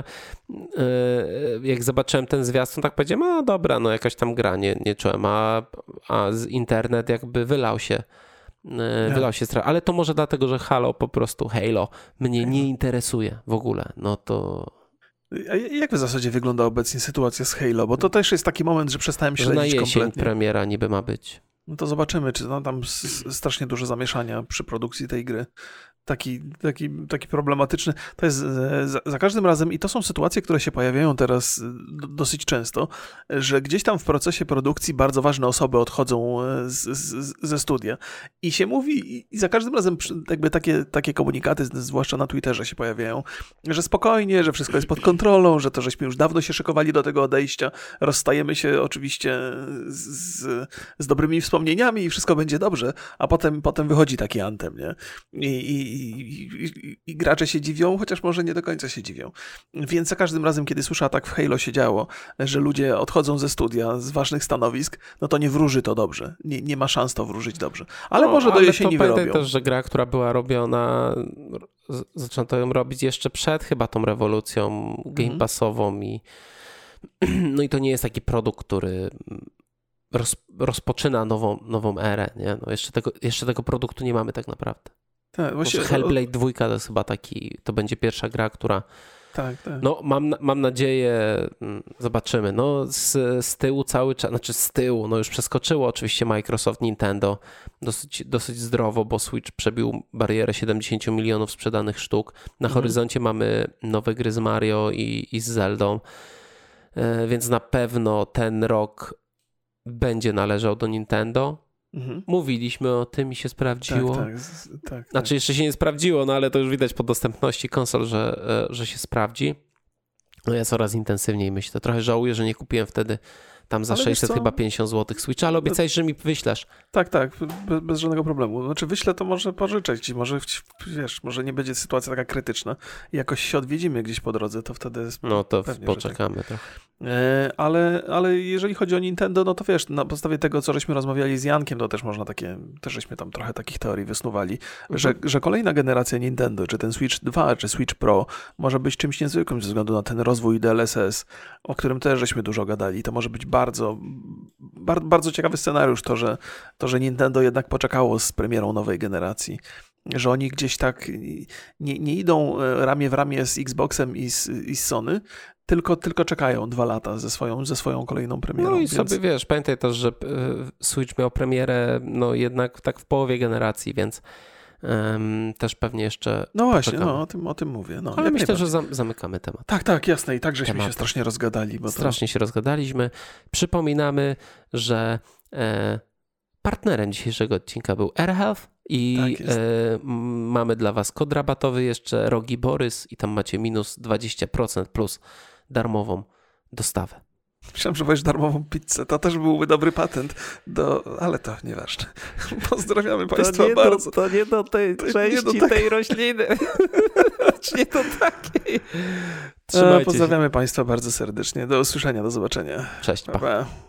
jak zobaczyłem ten zwiastun, tak powiedziałem, no dobra, no jakaś tam gra, nie, nie czułem, a, a z internet jakby wylał się, wylał się strach. Ale to może dlatego, że Halo po prostu, Halo mnie nie interesuje w ogóle, no to... A jak w zasadzie wygląda obecnie sytuacja z Halo? Bo to też jest taki moment, że przestałem śledzić kompletnie. Na jesień kompletnie. premiera niby ma być. No to zobaczymy, czy no, tam strasznie dużo zamieszania przy produkcji tej gry. Taki, taki, taki problematyczny. To jest za, za każdym razem, i to są sytuacje, które się pojawiają teraz dosyć często, że gdzieś tam w procesie produkcji bardzo ważne osoby odchodzą z, z, ze studia. I się mówi, i za każdym razem jakby takie, takie komunikaty, zwłaszcza na Twitterze się pojawiają, że spokojnie, że wszystko jest pod kontrolą, że to żeśmy już dawno się szykowali do tego odejścia, rozstajemy się oczywiście z, z dobrymi wspomnieniami i wszystko będzie dobrze, a potem, potem wychodzi taki antem, nie? I, i I, i, i gracze się dziwią, chociaż może nie do końca się dziwią. Więc za każdym razem, kiedy słyszę, tak w Halo się działo, że ludzie odchodzą ze studia, z ważnych stanowisk, no to nie wróży to dobrze. Nie, nie ma szans to wróżyć dobrze. Ale no, może do jesieni wyrobią. Pamiętaj też, że gra, która była robiona, zaczęto ją robić jeszcze przed chyba tą rewolucją game passową i no i to nie jest taki produkt, który roz, rozpoczyna nową, nową erę. Nie? No jeszcze, tego, jeszcze tego produktu nie mamy tak naprawdę. Tak, właśnie, Hellblade dwa to jest chyba taki, to będzie pierwsza gra, która tak, tak. no mam, mam nadzieję, zobaczymy, no z, z tyłu cały czas, znaczy z tyłu, no już przeskoczyło oczywiście Microsoft, Nintendo dosyć, dosyć zdrowo, bo Switch przebił barierę siedemdziesiąt milionów sprzedanych sztuk, na mhm. horyzoncie mamy nowe gry z Mario i, i z Zeldą, więc na pewno ten rok będzie należał do Nintendo. Mhm. Mówiliśmy o tym i się sprawdziło. Tak, tak, tak, znaczy jeszcze się nie sprawdziło, no ale to już widać po dostępności konsol, że, że się sprawdzi. No ja coraz intensywniej myślę. Trochę żałuję, że nie kupiłem wtedy tam za ale sześćset chyba pięćdziesiąt złotych Switcha, ale obiecałeś, że mi wyślesz. Tak, tak, bez, bez żadnego problemu. Znaczy wyślę, to może pożyczeć, może wiesz, może nie będzie sytuacja taka krytyczna i jakoś się odwiedzimy gdzieś po drodze, to wtedy no to pewnie, poczekamy tak. trochę. Ale, ale jeżeli chodzi o Nintendo, no to wiesz, na podstawie tego, co żeśmy rozmawiali z Jankiem, to też można takie, też żeśmy tam trochę takich teorii wysnuwali, mhm. że, że kolejna generacja Nintendo, czy ten Switch dwa, czy Switch Pro może być czymś niezwykłym ze względu na ten rozwój D L S S, o którym też żeśmy dużo gadali. To może być bardzo, bardzo, bardzo ciekawy scenariusz, to że, to, że Nintendo jednak poczekało z premierą nowej generacji. Że oni gdzieś tak nie, nie idą ramię w ramię z Xboxem i z, i z Sony, tylko, tylko czekają dwa lata ze swoją, ze swoją kolejną premierą. No i więc... sobie wiesz, pamiętaj też, że Switch miał premierę no jednak tak w połowie generacji, więc um, też pewnie jeszcze No właśnie, poczekamy. no o tym, o tym mówię. No, ale myślę, że zam- zamykamy temat. Tak, tak, jasne. I tak żeśmy temat. się strasznie rozgadali. Bo strasznie to... się rozgadaliśmy. Przypominamy, że e, partnerem dzisiejszego odcinka był AirHealth i tak e, mamy dla was kod rabatowy jeszcze Rogi Borys i tam macie minus dwadzieścia procent plus darmową dostawę. Myślałem, że weź darmową pizzę. To też byłby dobry patent, do... ale to nieważne. Pozdrawiamy Państwa to nie bardzo. Do, to nie do tej to części do tej rośliny. Czy nie do takiej. Trzymajcie Pozdrawiamy się. Państwa bardzo serdecznie. Do usłyszenia, do zobaczenia. Cześć, pa. pa.